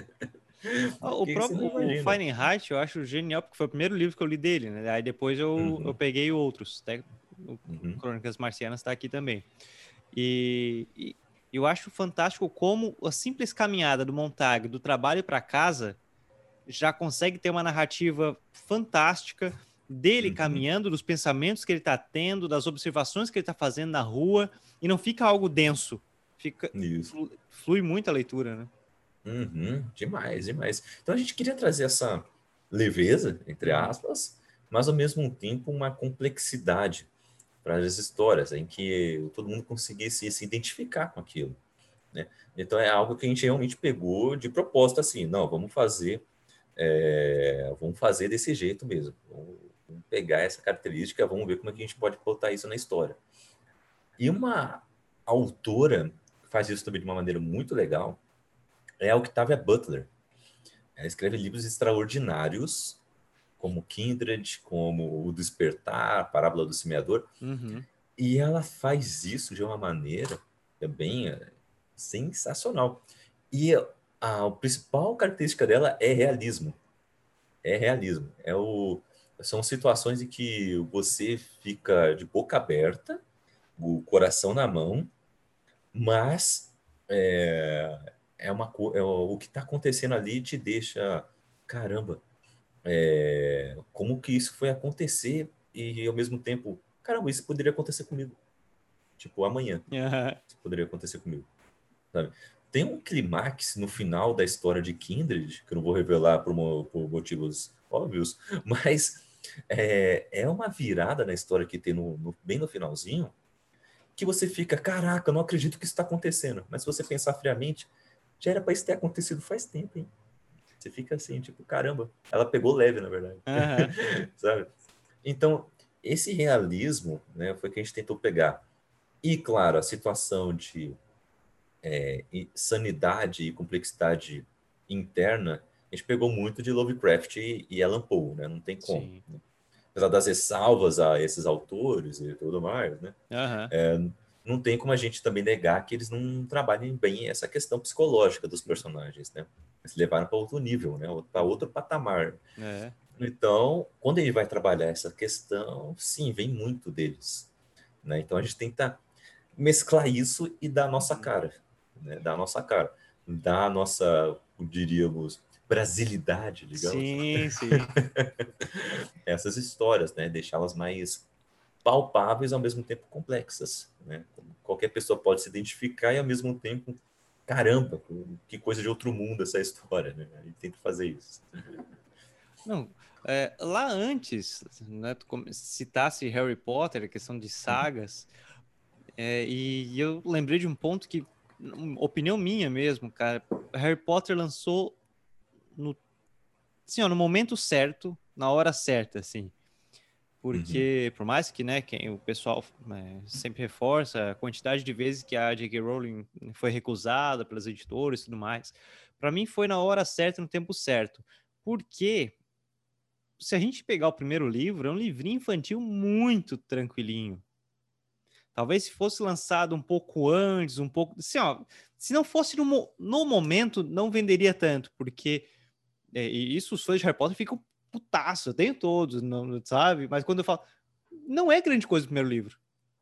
O que você não próprio o imagina. Fahrenheit eu acho genial, porque foi o primeiro livro que eu li dele, né? Aí depois eu Uhum, peguei outros, até o uhum, Crônicas Marcianas está aqui também. E eu acho fantástico como a simples caminhada do Montag do trabalho para casa já consegue ter uma narrativa fantástica dele uhum. caminhando, dos pensamentos que ele está tendo, das observações que ele está fazendo na rua, e não fica algo denso. Fica, Isso. flui muito a leitura, né? Uhum, demais, demais. Então a gente queria trazer essa leveza, entre Uhum. aspas, mas ao mesmo tempo uma complexidade para as histórias, em que todo mundo conseguisse se identificar com aquilo, né? Então é algo que a gente realmente pegou de propósito, assim, não, vamos fazer desse jeito mesmo. Vamos pegar essa característica, vamos ver como é que a gente pode botar isso na história. E uma autora que faz isso também de uma maneira muito legal é a Octavia Butler. Ela escreve livros extraordinários como Kindred, como O Despertar, a Parábola do Semeador, Uhum. e ela faz isso de uma maneira também sensacional. E a principal característica dela é realismo. É realismo. São situações em que você fica de boca aberta, o coração na mão, mas o que está acontecendo ali te deixa, caramba, como que isso foi acontecer e ao mesmo tempo, caramba, isso poderia acontecer comigo. Tipo, amanhã, Aham. isso poderia acontecer comigo, sabe? Tem um clímax no final da história de Kindred, que eu não vou revelar por motivos óbvios, mas é uma virada na história que tem bem no finalzinho, que você fica, caraca, eu não acredito que isso está acontecendo. Mas se você pensar friamente, já era para isso ter acontecido faz tempo, hein? Você fica assim, tipo, caramba, ela pegou leve, na verdade. Aham. Sabe? Então, esse realismo, né, foi que a gente tentou pegar. E, claro, a situação de sanidade e complexidade interna, a gente pegou muito de Lovecraft e Alan Poe, né? Não tem como. Sim. Apesar das ressalvas a esses autores e tudo mais, né? Aham. Não tem como a gente também negar que eles não trabalhem bem essa questão psicológica dos personagens, né? Eles levaram para outro nível, né? Para outro patamar. É. Então, quando ele vai trabalhar essa questão, sim, vem muito deles, né? Então a gente tenta mesclar isso e dar a nossa cara, né? Dar a nossa cara, dar a nossa, diríamos, brasilidade, digamos, Sim, sim. essas histórias, né? Deixá-las mais palpáveis ao mesmo tempo complexas, né? Qualquer pessoa pode se identificar e ao mesmo tempo, caramba, que coisa de outro mundo essa história, né? A gente tenta fazer isso. Não, lá antes, né, citasse Harry Potter, a questão de sagas, e eu lembrei de um ponto que, opinião minha mesmo, cara, Harry Potter lançou no, assim, ó, no momento certo, na hora certa, assim. Uhum, Porque, por mais que, né, quem o pessoal sempre reforça a quantidade de vezes que a J.K. Rowling foi recusada pelas editoras e tudo mais, para mim foi na hora certa, no tempo certo. Porque se a gente pegar o primeiro livro, é um livrinho infantil muito tranquilinho. Talvez se fosse lançado um pouco antes, um pouco. Assim, ó, se não fosse no momento, não venderia tanto, porque. E isso os fãs de Harry Potter ficam putaço, eu tenho todos, não, sabe? Mas quando eu falo. Não é grande coisa o primeiro livro,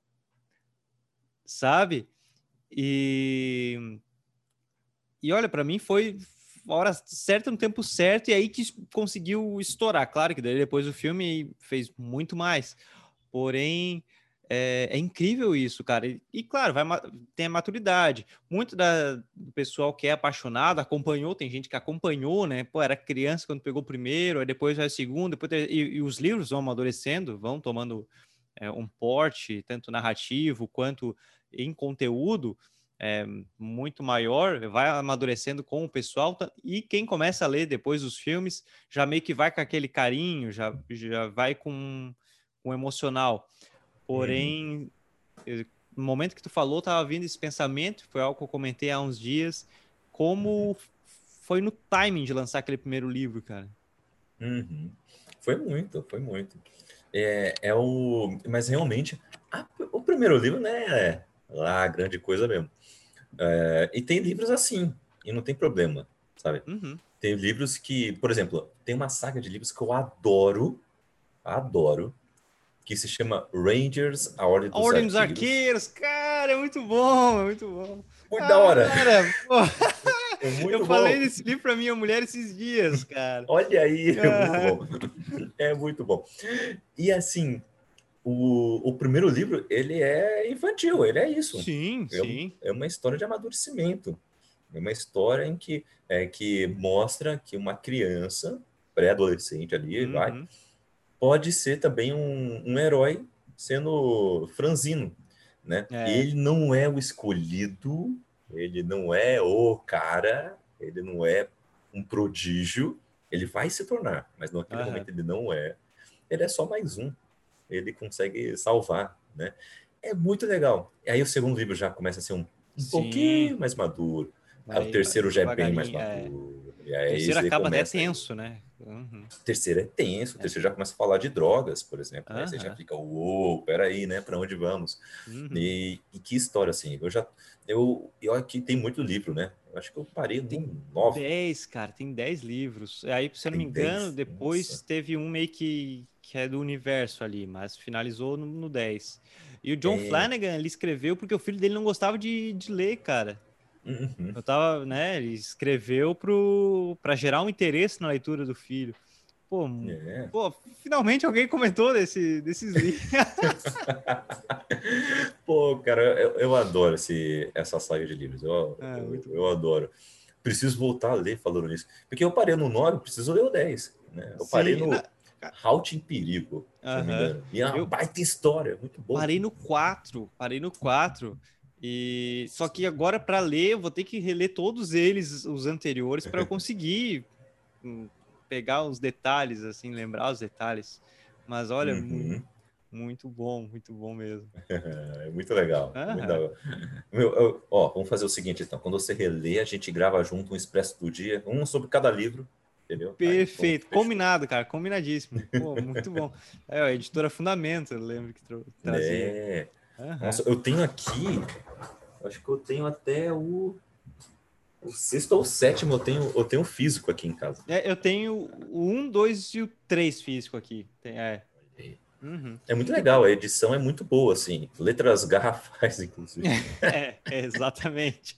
sabe? E. E olha, para mim foi a hora certa no tempo certo, e aí que conseguiu estourar. Claro que daí depois o filme fez muito mais. Porém, é incrível isso, cara. Claro, tem a maturidade. Muito do pessoal que é apaixonado acompanhou, tem gente que acompanhou, né? Pô, era criança quando pegou o primeiro, aí depois vai o segundo, e os livros vão amadurecendo, vão tomando um porte, tanto narrativo quanto em conteúdo, é, muito maior, vai amadurecendo com o pessoal, e quem começa a ler depois os filmes já meio que vai com aquele carinho, já vai com emocional. uhum, Porém, no momento que tu falou, tava vindo esse pensamento, foi algo que eu comentei há uns dias, uhum, como foi no timing de lançar aquele primeiro livro, cara. uhum. Foi muito, foi muito. Mas realmente, o primeiro livro, né, é lá grande coisa mesmo. E tem livros assim, e não tem problema, sabe? Uhum. Tem livros que, por exemplo, tem uma saga de livros que eu adoro, adoro, que se chama Rangers, a Ordem A dos Ordem dos Arqueiros. Arqueiros, cara, é muito bom, é muito bom. Muito da hora, Cara, pô, é eu muito falei bom. desse livro pra minha mulher esses dias, cara. Olha aí, é muito Aham. bom. É muito bom. E assim, o primeiro livro, ele é infantil, ele é isso. Sim, sim. É uma história de amadurecimento. É uma história em que mostra que uma criança, pré-adolescente ali, vai, Uhum. pode ser também um herói sendo franzino, né? É. Ele não é o escolhido, ele não é o cara, ele não é um prodígio, ele vai se tornar, mas naquele Aham. momento ele não é. Ele é só mais um, ele consegue salvar, né? É muito legal. E aí o segundo livro já começa a ser um Sim. pouquinho mais maduro. Aí o Vai terceiro já é bem mais devagarinho. É. maduro. E O aí terceiro você acaba até começa aí. tenso, né? Uhum. O terceiro é tenso, o terceiro já começa a falar de drogas, por exemplo. Aí você já Aham. fica, uou, peraí, né? Para onde vamos? Uhum. E que história, assim. Eu aqui tem muito livro, né? Eu acho que eu parei Tem no 9. 10, cara, tem 10 livros. Aí, se eu não me Tem engano, 10. depois Nossa. teve um meio que é do universo ali, mas finalizou no 10. E o John É. Flanagan, ele escreveu porque o filho dele não gostava de ler, cara. Uhum. Eu tava, né, ele escreveu pra gerar um interesse na leitura do filho. Pô, É. pô, finalmente alguém comentou desses livros. Pô, cara, eu adoro essa saga de livros. Eu, É, eu, muito eu bom. adoro. Preciso voltar a ler falando nisso. Porque eu parei no 9, preciso ler o 10. Né? Eu parei Sim, no Halt em Perigo, se não me aham. engano. E é uma Eu baita história, muito bom. parei no 4 e só que agora para ler eu vou ter que reler todos eles, os anteriores, para eu conseguir hum, pegar os detalhes assim, lembrar os detalhes. Mas olha, Uhum. muito bom mesmo. É muito legal. É muito Aham. legal. Ó, vamos fazer o seguinte, então. Quando você reler, a gente grava junto um Expresso do Dia, um sobre cada livro, entendeu? Aí, pronto, Perfeito, fechou. combinado, cara, combinadíssimo. Pô, muito bom. É, a editora Fundamento, eu lembro que trazia. É. Aham. Nossa, eu tenho aqui, acho que eu tenho até o sexto ou o sétimo, eu tenho físico aqui em casa. É, eu tenho o 1, 2 e o 3 físico aqui. Uhum. É muito E, pô, legal, a edição é muito boa, assim. Letras garrafais, inclusive. exatamente.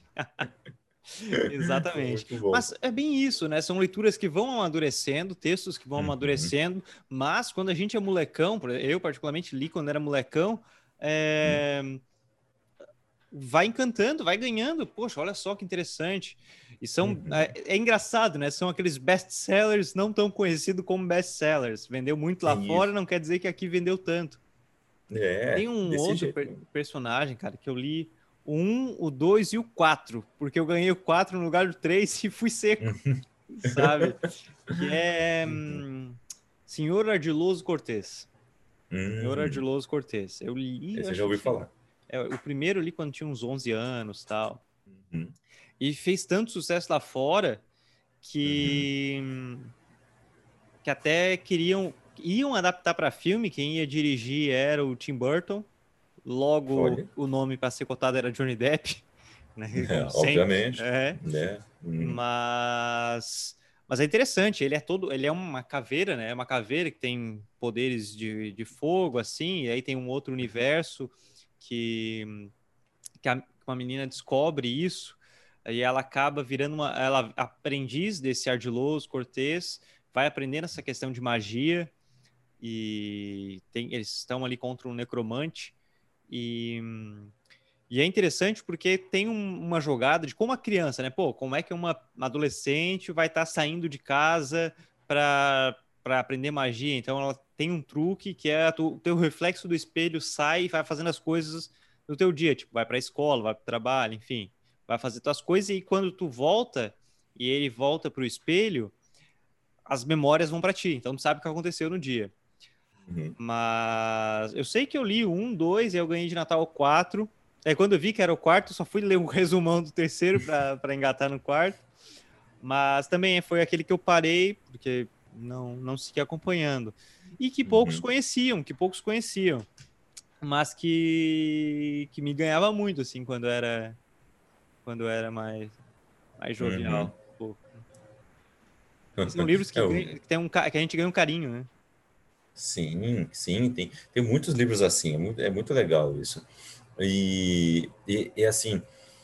É Exatamente. muito bom. Mas é bem isso, né? São leituras que vão amadurecendo, textos que vão Uhum, amadurecendo, mas quando a gente é molecão, eu particularmente li quando era molecão, uhum, é, vai encantando, vai ganhando. Poxa, olha só que interessante. E uhum. é engraçado, né? São aqueles best-sellers não tão conhecidos como best-sellers. Vendeu muito É lá fora, isso. não quer dizer que aqui vendeu tanto. Tem É, um desse outro jeito mesmo. personagem, cara, que eu li o 1, o 2 e o 4, porque eu ganhei o 4 no lugar do 3 e fui seco, Uhum, sabe? Que é uhum. Senhor Ardiloso Cortês. Senhor Hum, Ardiloso Cortês. Eu li, esse eu acho já que ouvi falar. o primeiro eu li quando tinha uns 11 anos, tal. Uhum, E fez tanto sucesso lá fora uhum. que que até iam adaptar para filme, quem ia dirigir era o Tim Burton. Logo, Olha, o nome para ser cotado era Johnny Depp, né? Como sempre. obviamente, É. né? Mas, mas é interessante. Ele é uma caveira, né? É uma caveira que tem poderes de fogo, assim. E aí tem um outro universo que uma menina descobre isso. E ela acaba virando ela aprendiz desse ardiloso Cortês, vai aprendendo essa questão de magia e eles estão ali contra um necromante e e é interessante porque tem uma jogada de como a criança, né? Pô, como é que uma adolescente vai estar saindo de casa para aprender magia? Então ela tem um truque que é o teu reflexo do espelho sai e vai fazendo as coisas do teu dia, tipo, vai para a escola, vai para o trabalho, enfim, vai fazer tuas coisas e quando tu volta e ele volta para o espelho, as memórias vão para ti. Então tu sabe o que aconteceu no dia. Uhum. Mas eu sei que eu li o 1, 2 e eu ganhei de Natal o 4. Aí quando eu vi que era o quarto, eu só fui ler o resumão do terceiro para engatar no quarto. Mas também foi aquele que eu parei, porque não segui acompanhando. E Uhum. que poucos conheciam, mas que me ganhava muito, assim, quando eu era mais Uhum. jovial. Pô. E são livros É, que a gente ganha um carinho, né? sim, sim, tem muitos livros assim, é muito legal isso. E assim,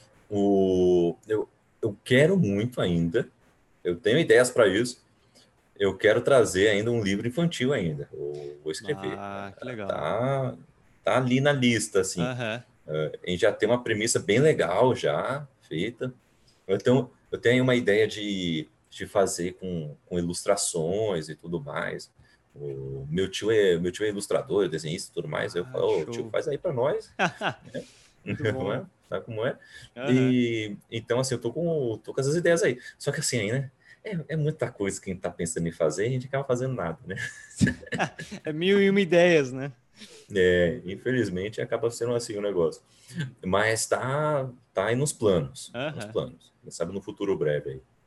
eu quero muito ainda, eu tenho ideias para isso, eu quero trazer ainda um livro infantil ainda, eu vou escrever. Ah, que legal. Tá, tá ali na lista, assim. Aham. A gente já tem uma premissa bem legal já feita. Eu tenho uma ideia de fazer com ilustrações e tudo mais. O meu tio é ilustrador, desenhista e tudo mais. Eu Ah, falo, ô, tio, show. faz aí para nós, né? Muito Não bom. é? Sabe como é? Aham. E então, assim, eu tô com essas ideias aí. Só que assim, né? É muita coisa que a gente tá pensando em fazer e a gente acaba fazendo nada, né? É mil e uma ideias, né? Infelizmente acaba sendo assim o negócio. Mas tá aí nos planos, nos Aham. planos. Quem sabe no futuro breve aí.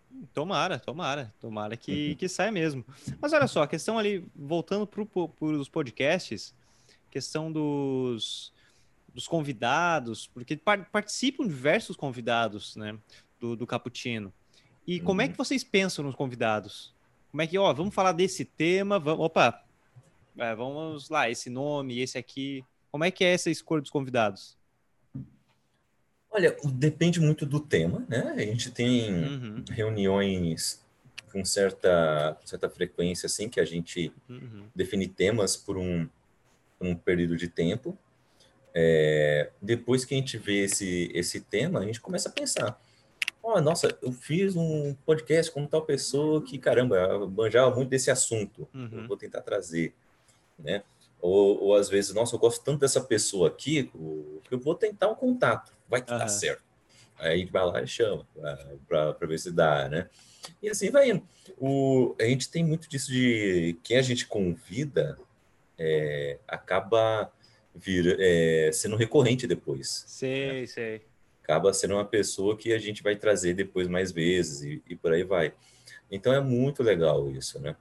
Tomara que saia mesmo. Mas olha só, a questão ali, voltando para os podcasts, questão dos convidados, porque participam diversos convidados, né, do Cappuccino. E como é que Uhum. vocês pensam nos convidados? Como é que, ó, vamos falar desse tema, opa, vamos lá, esse nome, esse aqui. Como é que é essa escolha dos convidados? Olha, depende muito do tema, né? A gente tem Uhum, reuniões com certa frequência, assim, que a gente uhum, define temas por um período de tempo. Depois que a gente vê esse tema, a gente começa a pensar. Oh, nossa, eu fiz um podcast com tal pessoa que, caramba, eu manjava muito desse assunto. Eu uhum, vou tentar trazer, né? Ou às vezes, nossa, eu gosto tanto dessa pessoa aqui, que eu vou tentar um contato. Vai que dá aham. certo. Aí a gente vai lá e chama para ver se dá, né? E assim vai indo. A gente tem muito disso de quem a gente convida acaba sendo recorrente depois, né? Sei, sei. Acaba sendo uma pessoa que a gente vai trazer depois mais vezes e por aí vai. Então é muito legal isso, né?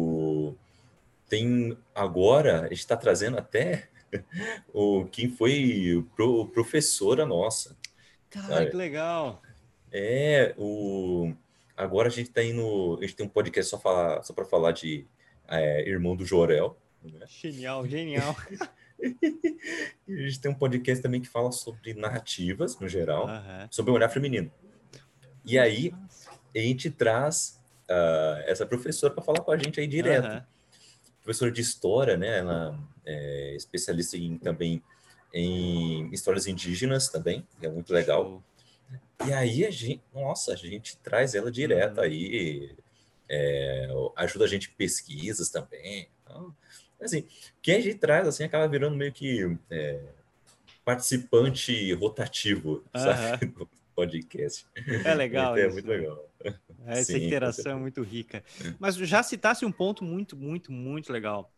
Tem agora, a gente está trazendo até quem foi professora nossa, Cara, que sabe? legal. É, agora a gente está indo, a gente tem um podcast só para falar de Irmão do Jorel, né? Genial, genial. E a gente tem um podcast também que fala sobre narrativas, no geral, Aham. sobre o olhar feminino. E Pô, que aí massa. a gente traz essa professora para falar com a gente aí direto. Aham. Professora de história, né? Ela é especialista também em histórias indígenas também, que é muito legal. Show. E aí a gente traz ela direto Uhum. aí, ajuda a gente em pesquisas também. Então, assim, quem a gente traz assim acaba virando meio que participante rotativo, sabe, Aham. do podcast. É legal Então é isso, muito né? legal. Essa Sim, com interação é certeza. muito rica. Mas já citasse um ponto muito, muito, muito legal,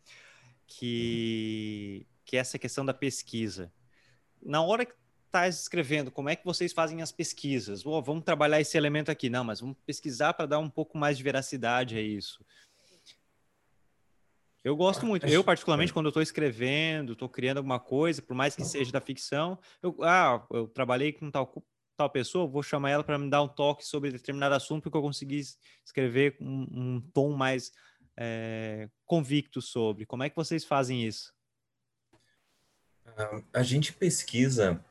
que é essa questão da pesquisa. Na hora que está escrevendo, como é que vocês fazem as pesquisas? Oh, vamos trabalhar esse elemento aqui. Não, mas vamos pesquisar para dar um pouco mais de veracidade a isso. Eu gosto muito. Eu, particularmente, quando eu estou escrevendo, estou criando alguma coisa, por mais que seja da ficção, eu trabalhei com tal pessoa, vou chamar ela para me dar um toque sobre determinado assunto, porque eu consegui escrever com um tom mais convicto sobre. Como é que vocês fazem isso? A gente pesquisa,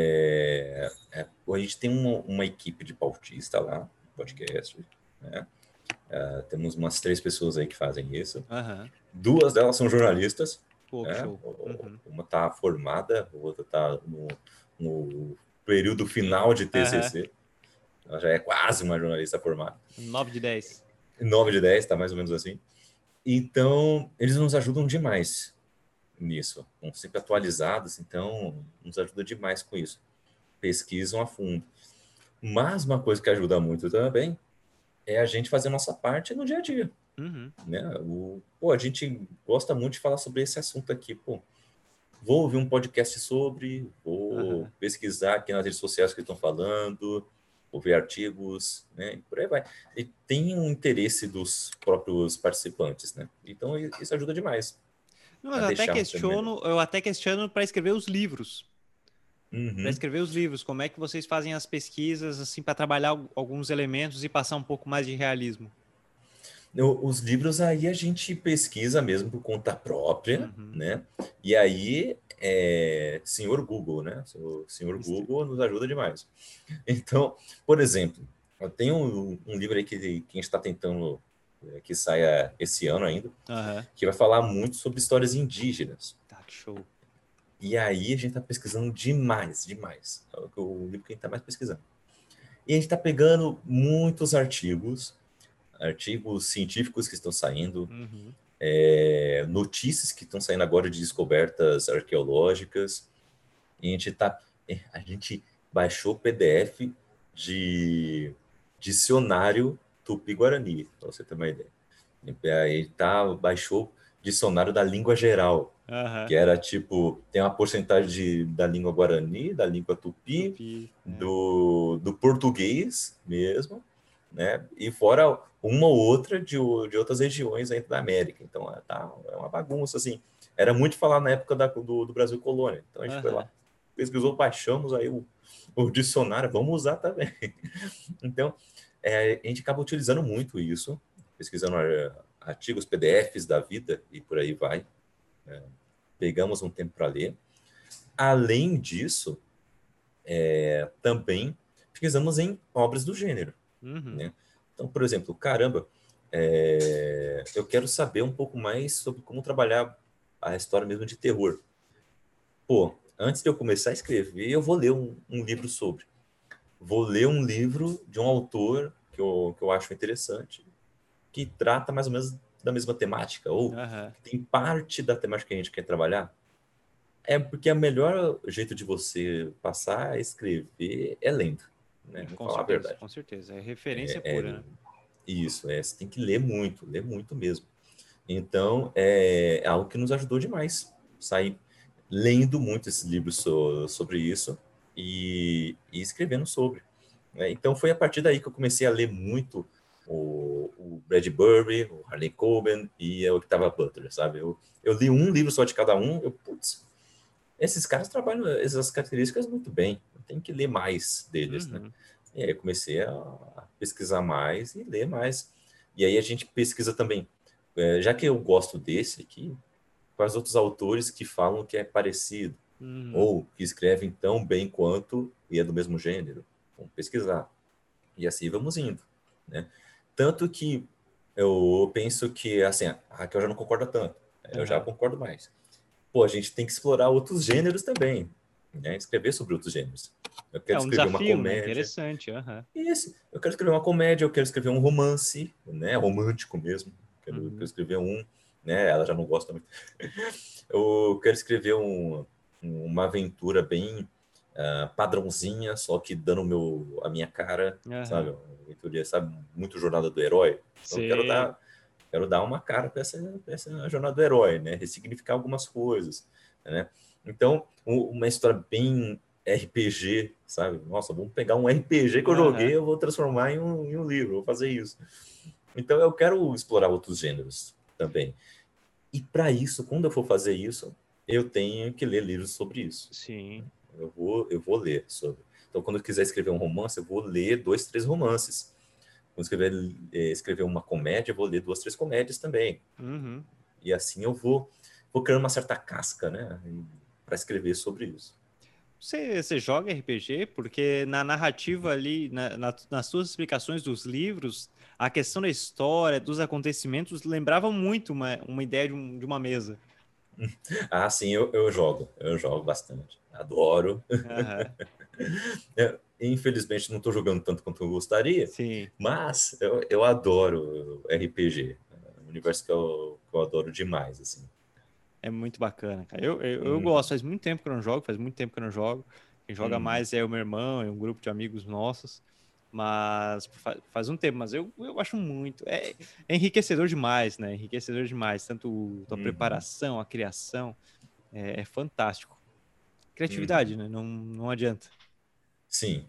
a gente tem uma equipe de pautista lá, podcast, né? Temos umas 3 pessoas aí que fazem isso. Aham. 2 delas são jornalistas, Pô, que né? show. Uhum. Uma está formada, a outra está no período final de Aham. TCC. Ela já é quase uma jornalista formada. 9 de 10. 9 de 10, tá mais ou menos assim. Então, eles nos ajudam demais nisso. Estão sempre atualizados, então nos ajuda demais com isso. Pesquisam a fundo. Mas uma coisa que ajuda muito também é a gente fazer a nossa parte no dia a dia, Uhum. né? A gente gosta muito de falar sobre esse assunto aqui, pô. Vou ouvir um podcast sobre, vou Aham. pesquisar aqui nas redes sociais que estão falando, vou ver artigos, né? E por aí vai. E tem um interesse dos próprios participantes, né? Então isso ajuda demais Não, a mas deixar sendo melhor. eu até questiono para escrever os livros. Para Uhum. escrever os livros, como é que vocês fazem as pesquisas assim para trabalhar alguns elementos e passar um pouco mais de realismo? Os livros aí a gente pesquisa mesmo por conta própria, Uhum. né? E aí senhor Google, né? O senhor Isso- Google nos ajuda demais. Então, por exemplo, eu tenho um livro aí que a gente está tentando que saia esse ano ainda, Aham. que vai falar muito sobre histórias indígenas. Tá, que show. E aí a gente está pesquisando demais, demais. É o livro que a gente está mais pesquisando. E a gente está pegando muitos artigos científicos que estão saindo, Uhum. notícias que estão saindo agora de descobertas arqueológicas. E a gente baixou o PDF de dicionário Tupi-Guarani, para você ter uma ideia. E aí baixou dicionário da língua geral, Aham. que era tipo, tem uma porcentagem da língua Guarani, da língua Tupi, Tupi. É. do português mesmo, né? E fora uma ou outra de outras regiões dentro da América. Então, é uma bagunça, assim. Era muito falar na época do Brasil Colônia. Então, a gente foi lá, Aham. pesquisou, baixamos aí o dicionário, vamos usar também. Então, a gente acaba utilizando muito isso, pesquisando artigos, PDFs da vida e por aí vai. Pegamos um tempo para ler. Além disso, também pesquisamos em obras do gênero, Uhum. né? Então, por exemplo, caramba, eu quero saber um pouco mais sobre como trabalhar a história mesmo de terror. Pô, antes de eu começar a escrever, eu vou ler um livro sobre. Vou ler um livro de um autor que eu acho interessante, que trata mais ou menos da mesma temática, ou Aham. tem parte da temática que a gente quer trabalhar. É porque o melhor jeito de você passar a escrever é lendo, né? Vamos falar a verdade. Com certeza. É referência É, pura, né? isso, você tem que ler muito mesmo. Então, é algo que nos ajudou demais. Sair lendo muito esses livros sobre isso e escrevendo sobre, né? Então, foi a partir daí que eu comecei a ler muito o Bradbury, o Harlan Coben e a Octavia Butler, sabe? Eu li um livro só de cada um, putz, esses caras trabalham essas características muito bem, eu tenho que ler mais deles, né? Uhum. E aí eu comecei a pesquisar mais e ler mais. E aí a gente pesquisa também, já que eu gosto desse aqui, quais outros autores que falam que é parecido, Uhum. ou que escrevem tão bem quanto e é do mesmo gênero. Vamos pesquisar. E assim vamos indo, né? Tanto que eu penso que, assim, a Raquel já não concorda tanto, eu já Aham. concordo mais. Pô, a gente tem que explorar outros gêneros também, né? Escrever sobre outros gêneros. Eu É quero um escrever uma desafio, né? comédia. Interessante. Aham. Isso. Eu quero escrever uma comédia, eu quero escrever um romance, né? Romântico mesmo. Quero Uhum. escrever um, né? Ela já não gosta muito. Eu quero escrever uma aventura bem padrãozinha, só que dando a minha cara, sabe? Aham. Uma aventura, sabe? Muito jornada do herói. Então, eu Sei. quero dar uma cara para essa jornada do herói, né? Ressignificar algumas coisas, né? Então, uma história bem RPG, sabe? Nossa, vamos pegar um RPG que eu Aham. joguei, eu vou transformar em um livro, vou fazer isso. Então, eu quero explorar outros gêneros também. E para isso, quando eu for fazer isso, eu tenho que ler livros sobre isso. Sim. Eu vou ler sobre. Então, quando eu quiser escrever um romance, eu vou ler 2, 3 romances. Quando escrever uma comédia, eu vou ler 2, 3 comédias também. Uhum. E assim eu vou criando uma certa casca, né, para escrever sobre isso. Você joga RPG? Porque na narrativa ali, nas suas explicações dos livros, a questão da história, dos acontecimentos, lembrava muito uma ideia de uma mesa. Ah, sim, eu jogo bastante. Adoro. Aham. Infelizmente, não estou jogando tanto quanto eu gostaria, Sim. mas eu adoro RPG. É um universo que eu adoro demais, assim. É muito bacana, cara. Eu gosto, Uhum, faz muito tempo que eu não jogo, faz muito tempo que eu não jogo. Quem joga uhum, mais é o meu irmão, é um grupo de amigos nossos. Mas faz um tempo, mas eu acho muito. É enriquecedor demais, né? Enriquecedor demais. Tanto a uhum, preparação, a criação. É fantástico. Criatividade, uhum. né? Não adianta. Sim,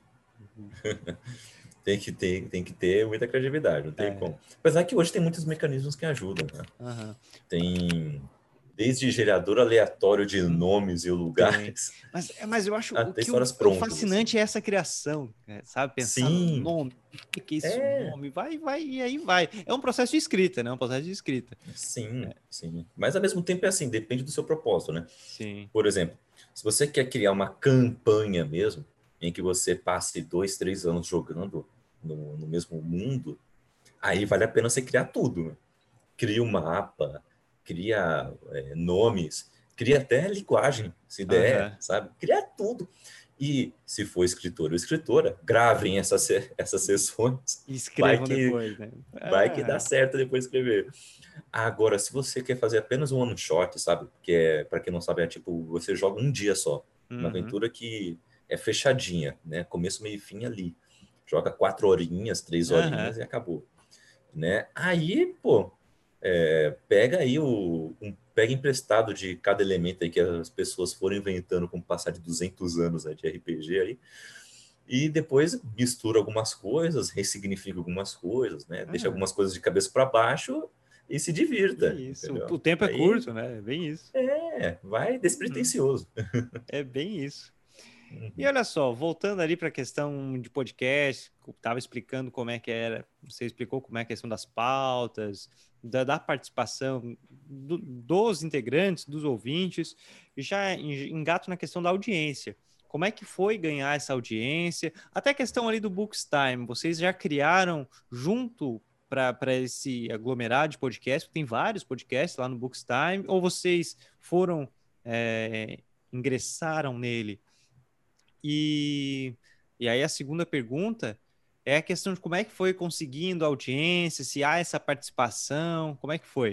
tem que ter muita criatividade, não tem É, como. Apesar que hoje tem muitos mecanismos que ajudam, né? aham. Tem desde gerador aleatório de Hum, nomes e tem. lugares Mas eu acho o até que histórias o prontas, assim. fascinante é essa criação, né? Sabe? Pensar no Sim, nome, o que é esse é, nome? Vai, e aí vai. É um processo de escrita, né? Um processo de escrita. sim, É, sim. Mas ao mesmo tempo é assim, depende do seu propósito, né? sim. Por exemplo, se você quer criar uma campanha mesmo, em que você passe 2, 3 anos jogando no mesmo mundo, aí vale a pena você criar tudo, né? Cria um mapa, cria nomes, cria até linguagem, se der, Aham. sabe? Cria tudo. E se for escritor ou escritora, gravem essas sessões. E Vai escrevam que, depois, né? vai que dá Ah, certo depois de escrever. Agora, se você quer fazer apenas um one shot, sabe? Que para quem não sabe, é tipo, você joga um dia só. Uma uhum. aventura que é fechadinha, né? Começo, meio e fim ali. Joga 4 horinhas, 3 horinhas Aham. e acabou, né? Aí, pô, pega aí pega emprestado de cada elemento aí que as pessoas foram inventando com o passar de 200 anos, né, de RPG aí e depois mistura algumas coisas, ressignifica algumas coisas, né? Deixa Ah, algumas coisas de cabeça para baixo e se divirta, isso. entendeu? O tempo é Aí curto, né? É bem isso. vai Uhum. despretensioso. É bem isso. E Uhum. olha só, voltando ali para a questão de podcast, eu estava explicando como é que era, você explicou como é a questão das pautas, da participação dos integrantes, dos ouvintes, e já engato na questão da audiência. Como é que foi ganhar essa audiência? Até a questão ali do Bookstime, vocês já criaram junto para esse aglomerado de podcast, tem vários podcasts lá no Bookstime, ou vocês foram, ingressaram nele? E, e aí a segunda pergunta é a questão de como é que foi conseguindo audiência, se há essa participação, como é que foi?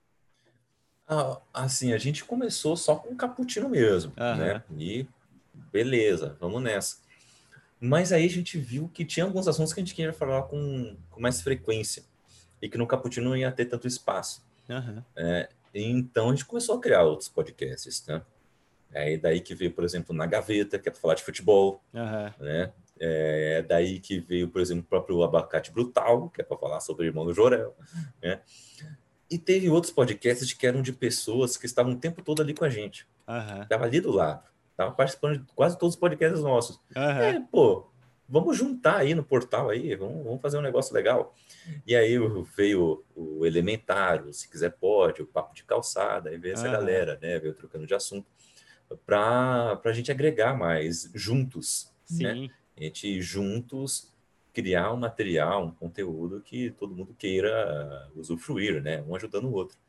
Assim, a gente começou só com o cappuccino mesmo, né? Aham, E beleza, vamos nessa. Mas aí a gente viu que tinha alguns assuntos que a gente queria falar com mais frequência e que no cappuccino não ia ter tanto espaço. aham, Então a gente começou a criar outros podcasts, né? É daí que veio, por exemplo, Na Gaveta, que é para falar de futebol, aham, né? É daí que veio, por exemplo, o próprio Abacate Brutal, que é para falar sobre o irmão do Jorel, né? E teve outros podcasts que eram de pessoas que estavam o tempo todo ali com a gente. aham, Estava ali do lado. Estava participando de quase todos os podcasts nossos. aham, Pô, vamos juntar aí no portal aí, vamos fazer um negócio legal. E aí veio o Elementário, Se Quiser Pode, o Papo de Calçada, aí veio essa aham, galera, né? Veio trocando de assunto para a gente agregar mais juntos, né? sim, A gente juntos criar um material, um conteúdo que todo mundo queira usufruir, né? Um ajudando o outro.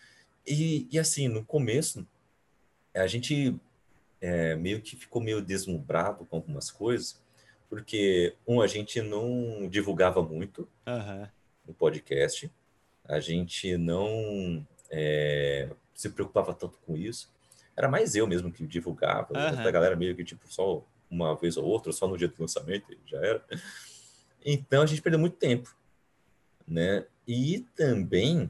E assim, no começo, a gente meio que ficou meio deslumbrado com algumas coisas, porque, a gente não divulgava muito aham, o podcast, a gente não se preocupava tanto com isso. Era mais eu mesmo que divulgava, o resto da aham, galera meio que tipo só uma vez ou outra, só no dia do lançamento, e já era. Então a gente perdeu muito tempo, né? E também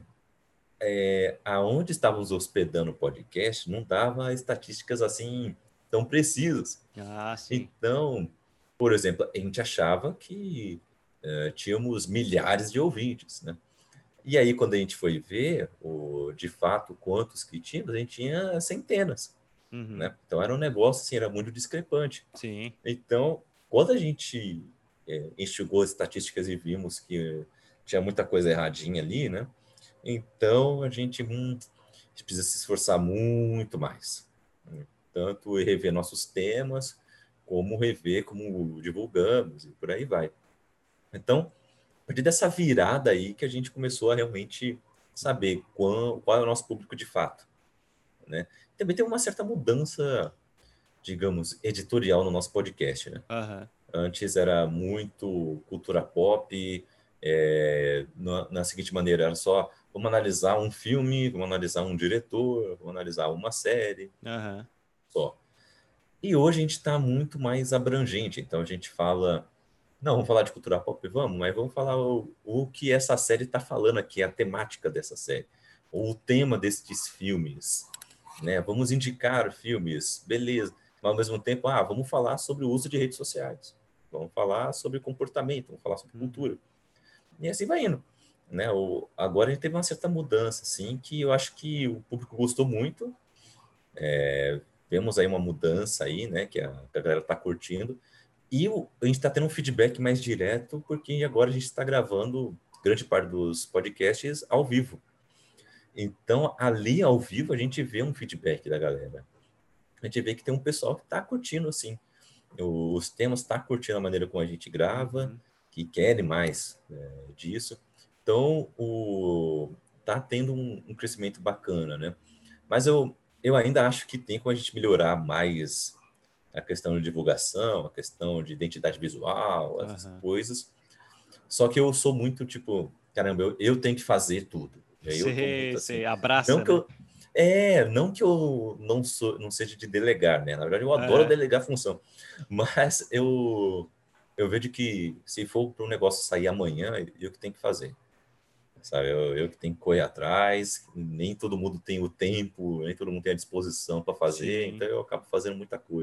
aonde estávamos hospedando o podcast não dava estatísticas assim tão precisas. ah, sim, Então, por exemplo, a gente achava que tínhamos milhares de ouvintes, né? E aí, quando a gente foi ver, de fato, quantos que tínhamos, a gente tinha centenas, uhum, né? Então, era um negócio, assim, era muito discrepante. sim, Então, quando a gente instigou as estatísticas e vimos que tinha muita coisa erradinha ali, né? Então, a gente precisa se esforçar muito mais. Né? Tanto em rever nossos temas, como rever como divulgamos e por aí vai. Então, a partir dessa virada aí que a gente começou a realmente saber qual é o nosso público de fato, né? Também tem uma certa mudança, digamos, editorial no nosso podcast, né? aham, Antes era muito cultura pop, na seguinte maneira, era só vamos analisar um filme, vamos analisar um diretor, vamos analisar uma série, aham, só. E hoje a gente está muito mais abrangente, então a gente fala, não, vamos falar de cultura pop, vamos, mas vamos falar o que essa série está falando aqui, a temática dessa série, ou o tema destes filmes, né? Vamos indicar filmes, beleza. Mas ao mesmo tempo, vamos falar sobre o uso de redes sociais, vamos falar sobre comportamento, vamos falar sobre uhum, cultura. E assim vai indo. Né? Agora a gente teve uma certa mudança, assim, que eu acho que o público gostou muito. Vemos aí uma mudança aí, né? Que a galera está curtindo. E a gente está tendo um feedback mais direto, porque agora a gente está gravando grande parte dos podcasts ao vivo. Então, ali ao vivo, a gente vê um feedback da galera. A gente vê que tem um pessoal que está curtindo, assim, os temas, está curtindo a maneira como a gente grava, uhum, que querem mais disso. Então, tá tendo um crescimento bacana, né? Mas eu ainda acho que tem como a gente melhorar mais a questão de divulgação, a questão de identidade visual, essas aham, coisas. Só que eu sou muito tipo, caramba, eu tenho que fazer tudo. E aí eu tô muito assim. sei, Não abraça, que né? eu não que eu não seja de delegar, né? Na verdade, eu adoro Aham, delegar função. Mas eu vejo que se for para um negócio sair amanhã, eu que tenho que fazer. Sabe, eu que tenho que correr atrás, nem todo mundo tem o tempo, nem todo mundo tem a disposição para fazer, sim, então eu acabo fazendo muita coisa.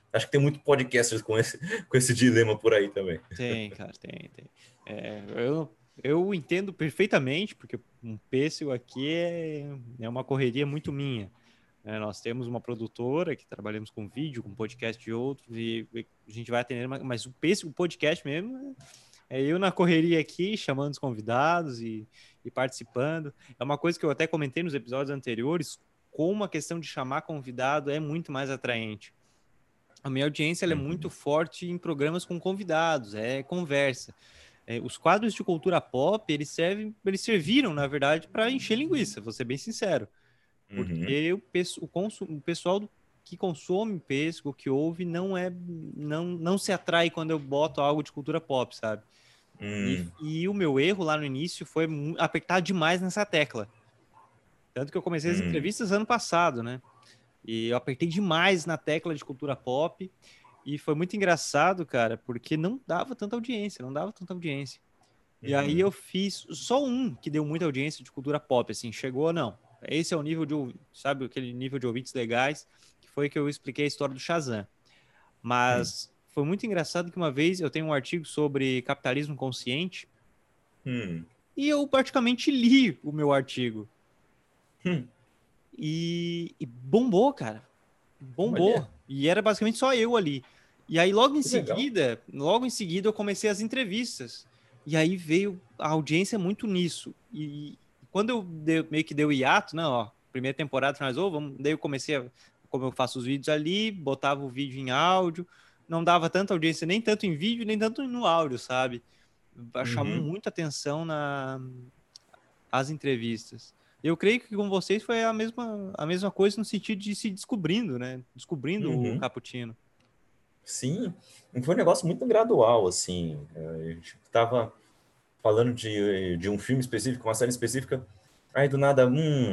Acho que tem muito podcasters com esse dilema por aí também. Tem, cara, tem. Eu entendo perfeitamente, porque um pêssego aqui é uma correria muito minha. Né? Nós temos uma produtora que trabalhamos com vídeo, com podcast de outros, e a gente vai atender, mas o pêssego, o podcast mesmo, é eu na correria aqui, chamando os convidados e participando. É uma coisa que eu até comentei nos episódios anteriores, como a questão de chamar convidado é muito mais atraente. A minha audiência ela é muito forte em programas com convidados, é conversa. Os quadros de cultura pop, eles serviram, na verdade, para encher linguiça, vou ser bem sincero. Porque o pessoal que consome pêssego, que ouve, não se atrai quando eu boto algo de cultura pop, sabe? E o meu erro lá no início foi apertar demais nessa tecla. Tanto que eu comecei as entrevistas ano passado, né? E eu apertei demais na tecla de cultura pop. E foi muito engraçado, cara, porque não dava tanta audiência, não dava tanta audiência. E aí eu fiz só um que deu muita audiência de cultura pop, assim, chegou, não. Esse é o nível de, sabe, aquele nível de ouvintes legais, que foi que eu expliquei a história do Shazam. Mas foi muito engraçado que uma vez eu tenho um artigo sobre capitalismo consciente e eu praticamente li o meu artigo. E bombou, cara. Bombou. Olha, E era basicamente só eu ali. E aí, logo legal. em seguida, eu comecei as entrevistas. E aí veio a audiência muito nisso. E quando eu meio que deu hiato, né? Ó, primeira temporada finalizou, daí eu comecei como eu faço os vídeos ali, botava o vídeo em áudio, não dava tanta audiência, nem tanto em vídeo, nem tanto no áudio, sabe? Chamou muita atenção as entrevistas. Eu creio que com vocês foi a mesma coisa no sentido de se descobrindo, né? Descobrindo o cappuccino. Sim, foi um negócio muito gradual, assim. A gente estava falando de um filme específico, uma série específica, aí do nada,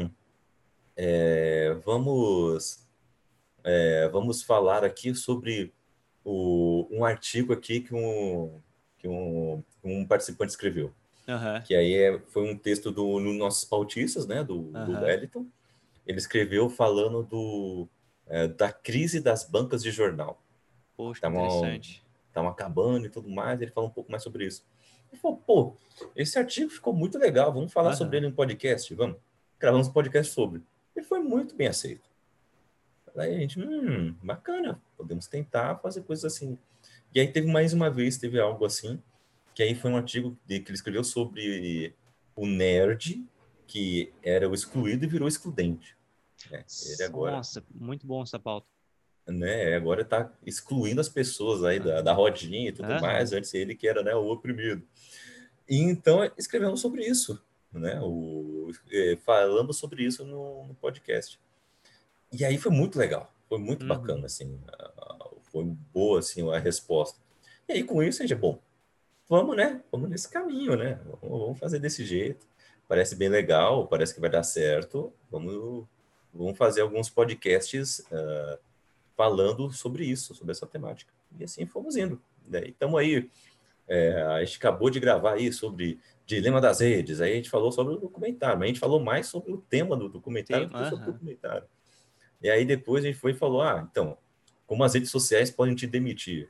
vamos falar aqui sobre um artigo aqui que um participante escreveu. Aham, Que aí foi um texto do nossos pautistas, né, do aham. Wellington. Ele escreveu falando da crise das bancas de jornal. Poxa, que Estavam interessante. acabando e tudo mais. Ele falou um pouco mais sobre isso. Ele falou, pô, esse artigo ficou muito legal, vamos falar sobre Aham. ele no podcast, vamos. Gravamos um podcast sobre. Ele foi muito bem aceito. Aí a gente, bacana, podemos tentar fazer coisas assim. E aí teve mais uma vez, teve algo assim, que aí foi um artigo que ele escreveu sobre o nerd que era o excluído e virou excludente. Né? Ele agora, Nossa, muito bom essa pauta. né, agora está excluindo as pessoas aí da Aham. rodinha e tudo mais, Aham. antes ele que era, né, o oprimido. E então escrevemos sobre isso, né, falamos sobre isso no podcast. E aí foi muito legal, foi muito Uhum. bacana, assim, foi boa, assim, a resposta. E aí com isso a gente, bom, vamos, né, vamos nesse caminho, né, vamos fazer desse jeito, parece bem legal, parece que vai dar certo, vamos fazer alguns podcasts falando sobre isso, sobre essa temática. E assim fomos indo. Daí estamos aí, a gente acabou de gravar aí sobre Dilema das Redes, aí a gente falou sobre o documentário, mas a gente falou mais sobre o tema do documentário do que sobre o Aham. documentário. E aí depois a gente foi e falou, então, como as redes sociais podem te demitir?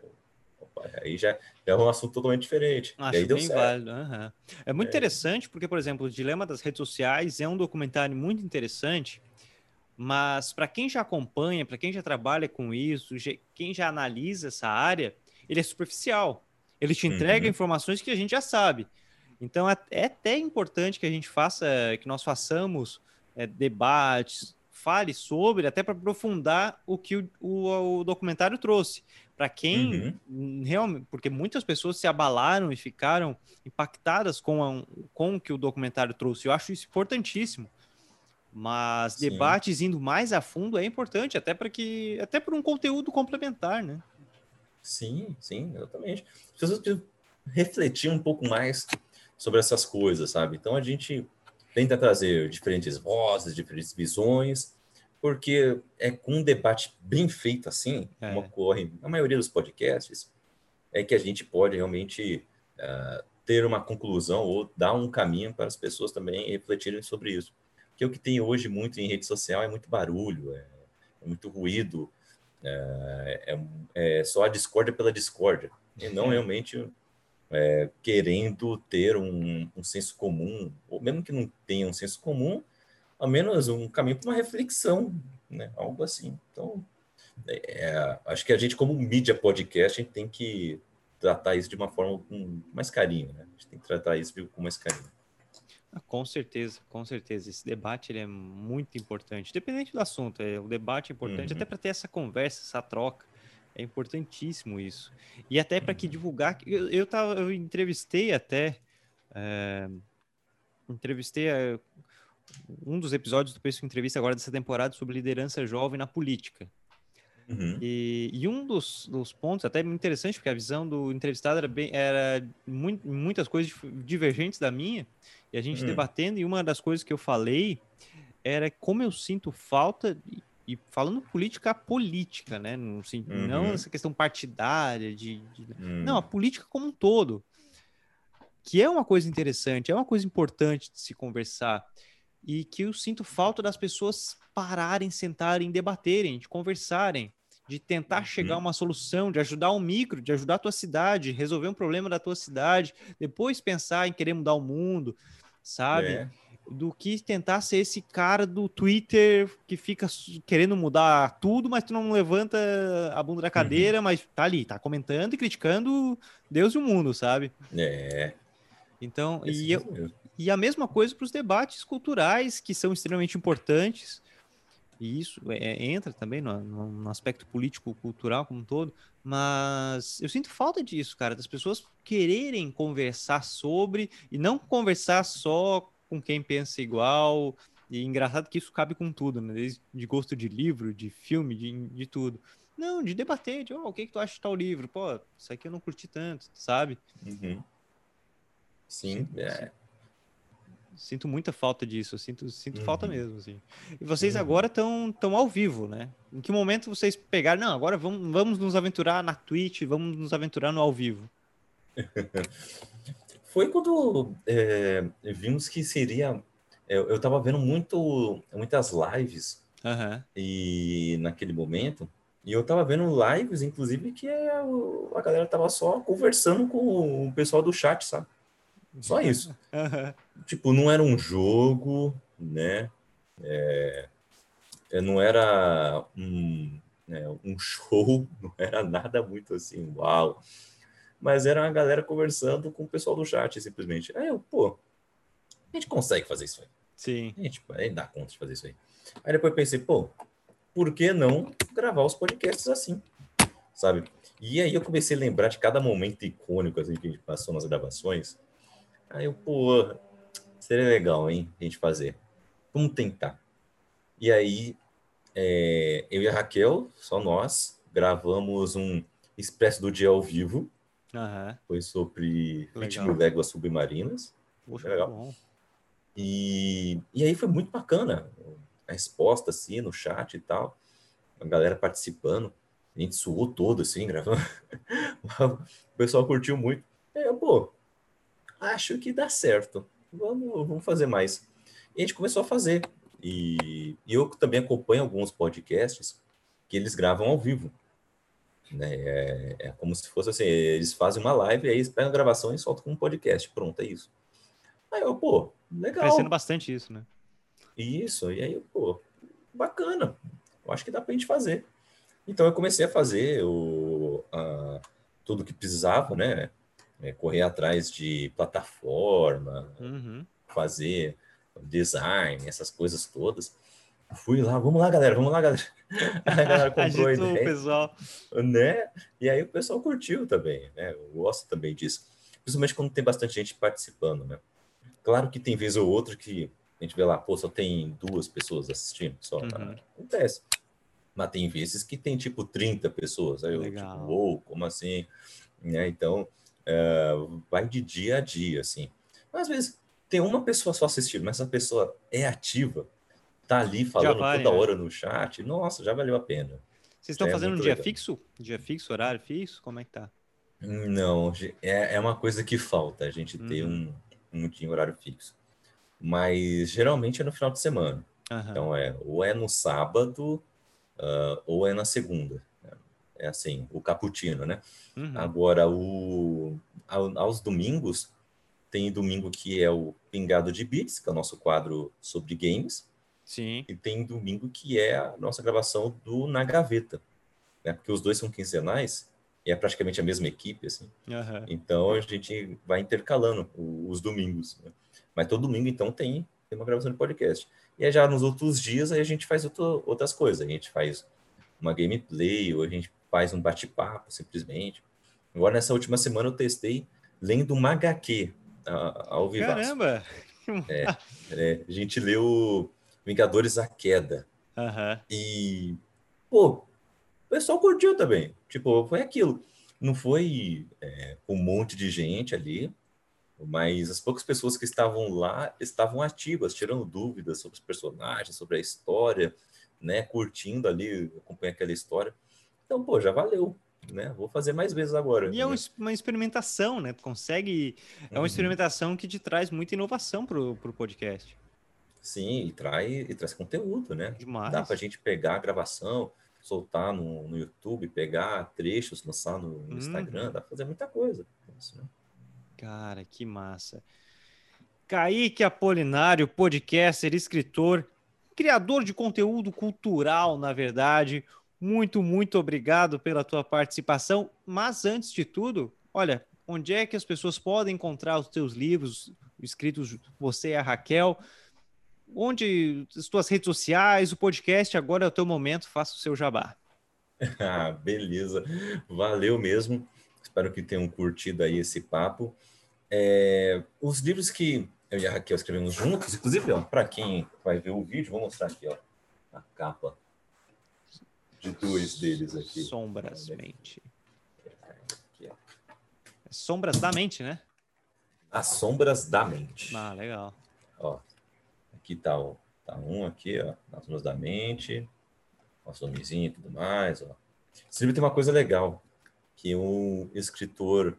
Aí já é um assunto totalmente diferente. E aí Acho deu bem certo. válido. Aham. É muito Né? interessante porque, por exemplo, o Dilema das Redes Sociais é um documentário muito interessante, mas para quem já acompanha, para quem já trabalha com isso, quem já analisa essa área, ele é superficial. Ele te entrega Uhum, informações que a gente já sabe. Então é até importante que a gente faça, que nós façamos debates, fale sobre, até para aprofundar o que o documentário trouxe. Para quem uhum, realmente, porque muitas pessoas se abalaram e ficaram impactadas com o que o documentário trouxe. Eu acho isso importantíssimo. Mas sim, debates indo mais a fundo é importante, até por um conteúdo complementar, né? sim, exatamente. As pessoas precisam refletir um pouco mais sobre essas coisas, sabe? Então a gente tenta trazer diferentes vozes, diferentes visões, porque é com um debate bem feito assim, como É. ocorre na maioria dos podcasts, é que a gente pode realmente ter uma conclusão ou dar um caminho para as pessoas também refletirem sobre isso. Porque o que tem hoje muito em rede social é muito barulho, é muito ruído, É só a discórdia pela discórdia, e não realmente querendo ter um senso comum, ou mesmo que não tenha um senso comum, ao menos um caminho para uma reflexão, né? Algo assim. Então, acho que a gente, como mídia podcast, a gente tem que tratar isso de uma forma com mais carinho, né? A gente tem que tratar isso com mais carinho. Com certeza, com certeza. Esse debate ele é muito importante, independente do assunto. O debate é importante até para ter essa conversa, essa troca. É importantíssimo isso. E até para que divulgar. Eu entrevistei até. é, entrevistei um dos episódios do Pesco Entrevista agora dessa temporada sobre liderança jovem na política. Uhum. E um dos pontos, até interessante, porque a visão do entrevistado era muitas coisas divergentes da minha, e a gente debatendo, e uma das coisas que eu falei era como eu sinto falta, e falando política, né? Não Uhum. essa questão partidária, não, a política como um todo, que é uma coisa interessante, é uma coisa importante de se conversar, e que eu sinto falta das pessoas pararem, sentarem, debaterem, de conversarem, de tentar chegar a uma solução, de ajudar um micro, de ajudar a tua cidade, resolver um problema da tua cidade, depois pensar em querer mudar o mundo, sabe? Do que tentar ser esse cara do Twitter que fica querendo mudar tudo, mas tu não levanta a bunda da Uhum. cadeira, mas tá ali, tá comentando e criticando Deus e o mundo, sabe? É, Então, desse jeito mesmo. e a mesma coisa para os debates culturais, que são extremamente importantes, e isso entra também no aspecto político-cultural como um todo, mas eu sinto falta disso, cara, das pessoas quererem conversar sobre, e não conversar só com quem pensa igual, e engraçado que isso cabe com tudo, né? Desde de gosto de livro, de filme, de tudo. Não, de debater, o que que tu acha de tal livro? Pô, isso aqui eu não curti tanto, sabe? Uhum. Sim, Sinto, sinto muita falta disso, sinto falta Uhum. mesmo, assim. E vocês Uhum. agora estão ao vivo, né? Em que momento vocês pegaram? Não, agora vamos nos aventurar na Twitch, vamos nos aventurar no ao vivo. Foi quando vimos que seria. Eu estava vendo muitas lives Aham. e naquele momento, e eu estava vendo lives, inclusive, que a galera tava só conversando com o pessoal do chat, sabe? Só isso. Aham. Tipo, não era um jogo, né? Não era um show, não era nada muito assim, uau. Mas era uma galera conversando com o pessoal do chat, simplesmente. Aí eu, pô, a gente consegue fazer isso aí. Sim. A gente dá conta de fazer isso aí. Aí depois eu pensei, pô, por que não gravar os podcasts assim, sabe? E aí eu comecei a lembrar de cada momento icônico assim, que a gente passou nas gravações. Aí eu, pô, seria legal, hein, a gente fazer. Vamos tentar. E aí, eu e a Raquel, só nós, gravamos um Expresso do Dia ao vivo. Aham. Foi sobre 20 mil Legal. léguas submarinas. Poxa, Bem muito legal. bom. E aí foi muito bacana. A resposta, assim, no chat e tal. A galera participando. A gente suou todo, assim, gravando. O pessoal curtiu muito. Pô, acho que dá certo. Vamos fazer mais. E a gente começou a fazer. E eu também acompanho alguns podcasts que eles gravam ao vivo, né? É como se fosse assim, eles fazem uma live, aí eles pegam a gravação e soltam com um podcast. Pronto, é isso. Aí eu, pô, Tá crescendo legal. bastante isso, né? Isso. E aí, pô, bacana. Eu acho que dá pra gente fazer. Então eu comecei a fazer tudo que precisava, né? Correr atrás de plataforma, Uhum. fazer design, essas coisas todas. Fui lá, vamos lá, galera. Aí a galera comprou a Agitou o ideia, pessoal. né? E aí o pessoal curtiu também, né? Eu gosto também disso. Principalmente quando tem bastante gente participando, né? Claro que tem vez ou outra que a gente vê lá, pô, só tem 2 pessoas assistindo, só. Uhum. Acontece. Mas tem vezes que tem tipo 30 pessoas. Aí eu, tipo, Legal. uou, como assim? Né? Então, vai de dia a dia, assim. Mas às vezes tem uma pessoa só assistindo, mas essa pessoa é ativa, tá ali Já falando vale, toda né? hora no chat, nossa, já valeu a pena. Vocês Já estão é fazendo um muito dia legal. fixo? Dia fixo, horário fixo? Como é que tá? Não, é uma coisa que falta, a gente ter Uhum. um dia em horário fixo. Mas geralmente é no final de semana. Aham. Então ou é no sábado, ou é na segunda. é assim, o cappuccino, né? Uhum. Agora, aos domingos, tem domingo que é o Pingado de Beats, que é o nosso quadro sobre games, Sim. e tem domingo que é a nossa gravação do Na Gaveta, né? Porque os dois são quinzenais e é praticamente a mesma equipe, assim. Aham. Então a gente vai intercalando os domingos, né? Mas todo domingo, então, tem uma gravação de podcast. E aí já nos outros dias aí a gente faz outras coisas. A gente faz uma gameplay, ou a gente faz um bate-papo, simplesmente. Agora, nessa última semana, eu testei lendo uma HQ ao vivaço. Caramba! A gente leu Vingadores A Queda. Aham. E, pô, o pessoal curtiu também. Tipo, foi aquilo. Não foi um monte de gente ali, mas as poucas pessoas que estavam lá estavam ativas, tirando dúvidas sobre os personagens, sobre a história, né? Curtindo ali, acompanhando aquela história. Então, pô, já valeu, né? Vou fazer mais vezes agora, E é né? uma experimentação, né? Tu consegue. É uma Uhum. experimentação que te traz muita inovação pro podcast. Sim, e traz conteúdo, né? Dá pra Demais. gente pegar a gravação, soltar no YouTube, pegar trechos, lançar no Instagram, Uhum. dá pra fazer muita coisa com isso, né? Cara, que massa. Kaique Apolinário, podcaster, escritor, criador de conteúdo cultural, na verdade. Muito, muito obrigado pela tua participação. Mas antes de tudo, olha, onde é que as pessoas podem encontrar os teus livros escritos você e a Raquel? Onde as tuas redes sociais, o podcast, agora é o teu momento, faça o seu jabá. Ah, beleza. Valeu mesmo. Espero que tenham curtido aí esse papo. Os livros que eu e a Raquel escrevemos juntos, inclusive, ó, para quem vai ver o vídeo, vou mostrar aqui, ó, a capa de dois deles aqui. Sombras Olha Mente. aqui, ó. Sombras da Mente, né? As Sombras da Mente. Ah, legal. Ó, aqui tá um aqui, ó, As Sombras da Mente, nosso nomezinho e tudo mais, ó. Esse livro tem uma coisa legal, que um escritor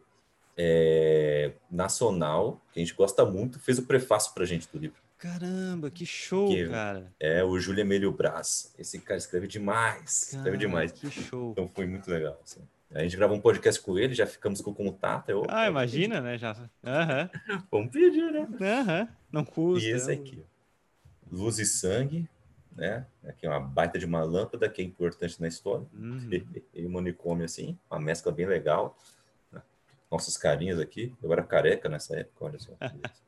nacional, que a gente gosta muito, fez o prefácio pra gente do livro, Caramba, que show, que cara. é o Júlio Emílio Brás. Esse cara escreve demais, escreve Cara, demais. que show. Então foi muito legal, assim. A gente gravou um podcast com ele, já ficamos com o contato. Ah, Opa, vamos pedir. imagina, né? Já. Aham. Vamos pedir, né? Aham. Não E custa. esse aqui, ó, Luz e Sangue, né? Aqui é uma baita de uma lâmpada que é importante na história. Uhum. E um manicômio assim, uma mescla bem legal, né? Nossas carinhas aqui. Eu era careca nessa época, olha só.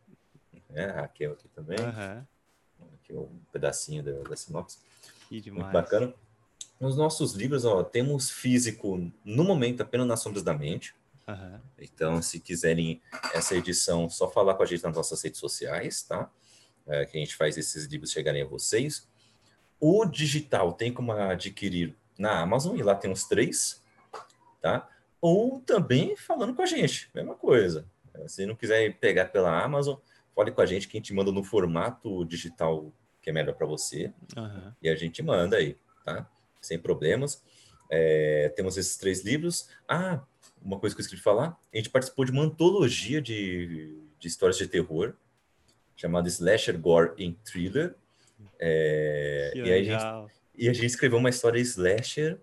A Raquel aqui também. Aham. Aqui um pedacinho da sinopse. Que Muito demais. bacana. Nos nossos livros, ó, temos físico, no momento, apenas nas Sombras da Mente. Aham. Então, se quiserem essa edição, só falar com a gente nas nossas redes sociais, tá? Que a gente faz esses livros chegarem a vocês. O digital tem como adquirir na Amazon, e lá tem uns 3, tá? Ou também falando com a gente, mesma coisa. Se não quiser pegar pela Amazon, fale com a gente que a gente manda no formato digital que é melhor para você, Aham. e a gente manda aí, tá? Sem problemas. Temos esses 3 livros. Ah, uma coisa que eu esqueci de falar, a gente participou de uma antologia de histórias de terror, chamada Slasher, Gore and Thriller. Que E aí legal. a gente escreveu uma história slasher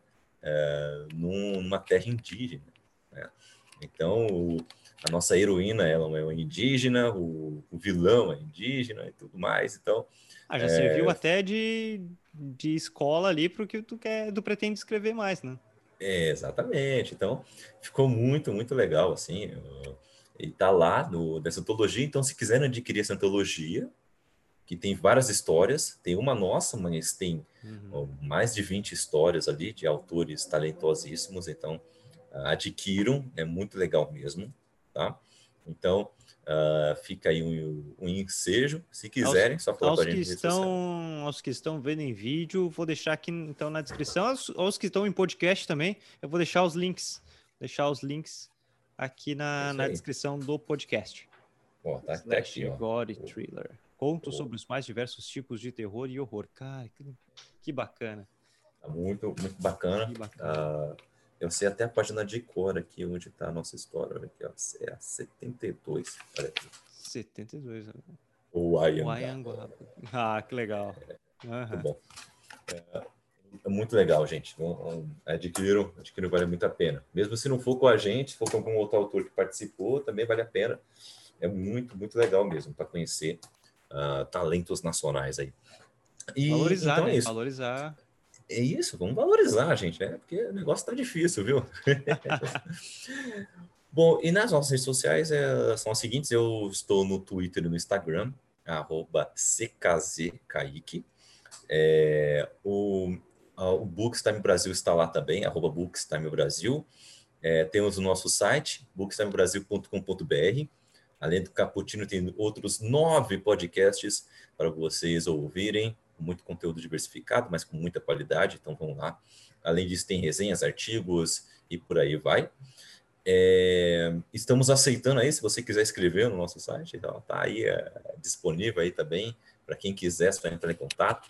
numa terra indígena, né? Então, a nossa heroína ela é uma indígena, o vilão é indígena e tudo mais. Então, Ah, já serviu até de escola ali pro que tu quer, tu pretende escrever mais, né? exatamente. Então, ficou muito, muito legal, assim. E tá lá nessa antologia. Então, se quiserem adquirir essa antologia, que tem várias histórias, tem uma nossa, mas tem Uhum. mais de 20 histórias ali de autores talentosíssimos. Então, adquiram, é muito legal mesmo, tá? Então, fica aí um ensejo. Se Aos, quiserem, só falar com a aos gente que na rede social. estão vendo em vídeo, vou deixar aqui então na descrição. Aos que estão em podcast também, eu vou deixar os links. Deixar os links aqui É isso na aí. descrição do podcast. Ó, tá aqui, Slash ó. Gore Thriller. Conto O- sobre os mais diversos tipos de terror e horror. Cara, que bacana. Tá muito, muito bacana. Que bacana. Eu sei até a página de cor aqui, onde está a nossa história. Olha aqui, ó. É a 72. Olha aqui. 72. O O Ayangá. Ayanguá. Ah, que legal. Muito Aham. bom. é muito legal, gente. Adquiriram, vale muito a pena. Mesmo se não for com a gente, se for com algum outro autor que participou, também vale a pena. É muito, muito legal mesmo para conhecer talentos nacionais aí. E Valorizar, então é né? isso. Valorizar. É isso, vamos valorizar, gente, né? Porque o negócio tá difícil, viu? Bom, e nas nossas redes sociais são as seguintes. Eu estou no Twitter e no Instagram, @CKZKaique. O Bookstime Brasil está lá também, @Bookstime Brasil. Temos o nosso site, bookstimebrasil.com.br. Além do Cappuccino, tem outros 9 podcasts para vocês ouvirem, com muito conteúdo diversificado, mas com muita qualidade, então vamos lá. Além disso, tem resenhas, artigos e por aí vai. Estamos aceitando aí, se você quiser escrever no nosso site, então tá aí disponível aí também, para quem quiser, só entrar em contato.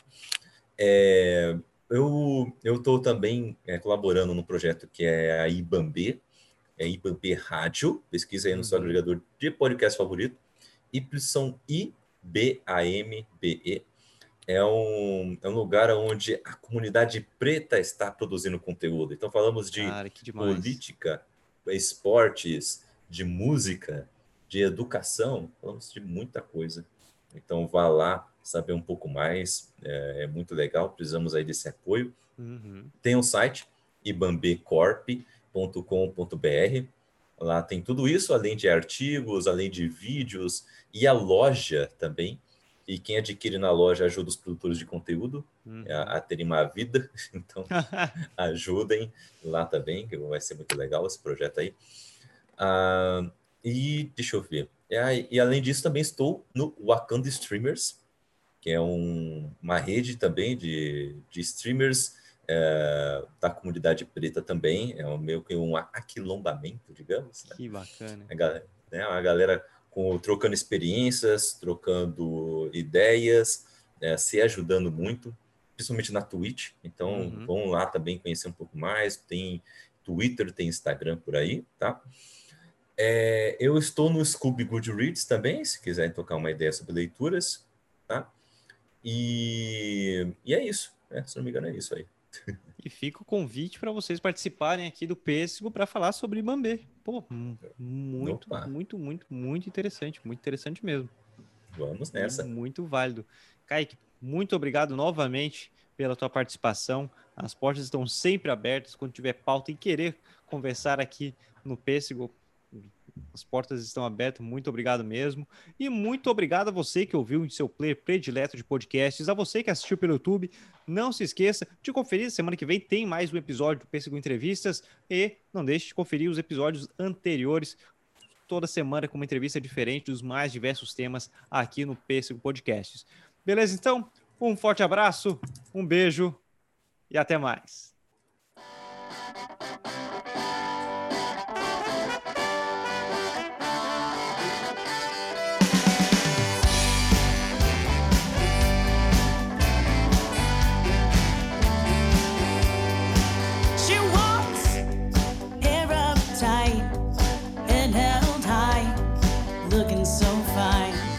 Eu estou também colaborando no projeto que é a Ibambe, Ibambe Rádio, pesquisa aí no seu agregador de podcast favorito, YIBAMBE. É um lugar onde a comunidade preta está produzindo conteúdo. Então falamos de política, esportes, de música, de educação, falamos de muita coisa. Então vá lá saber um pouco mais, é muito legal, precisamos aí desse apoio. Tem um site, ibambecorp.com.br, lá tem tudo isso, além de artigos, além de vídeos, e a loja também. E quem adquire na loja ajuda os produtores de conteúdo a terem uma vida. Então, ajudem lá também, que vai ser muito legal esse projeto aí. E deixa eu ver. E além disso, também estou no Wakanda Streamers, que é uma rede também de streamers da comunidade preta também. É meio que um aquilombamento, digamos. Né? Que bacana. A galera trocando experiências, trocando ideias, se ajudando muito, principalmente na Twitch. Então, vão lá também conhecer um pouco mais. Tem Twitter, tem Instagram por aí, tá? Eu estou no Scooby Goodreads também, se quiserem trocar uma ideia sobre leituras, tá? E é isso, né? Se não me engano, é isso aí. E fica o convite para vocês participarem aqui do Pêssego para falar sobre Ibambe. Pô, muito interessante. Muito interessante mesmo. Vamos nessa. E muito válido. Kaique, muito obrigado novamente pela tua participação. As portas estão sempre abertas. Quando tiver pauta e querer conversar aqui no Pêssego, as portas estão abertas. Muito obrigado mesmo. E muito obrigado a você que ouviu em seu player predileto de podcasts, a você que assistiu pelo YouTube. Não se esqueça de conferir. Semana que vem tem mais um episódio do Pêssego Entrevistas. E não deixe de conferir os episódios anteriores, toda semana com uma entrevista diferente dos mais diversos temas aqui no Pêssego Podcasts. Beleza, então? Um forte abraço, um beijo e até mais. Looking so fine.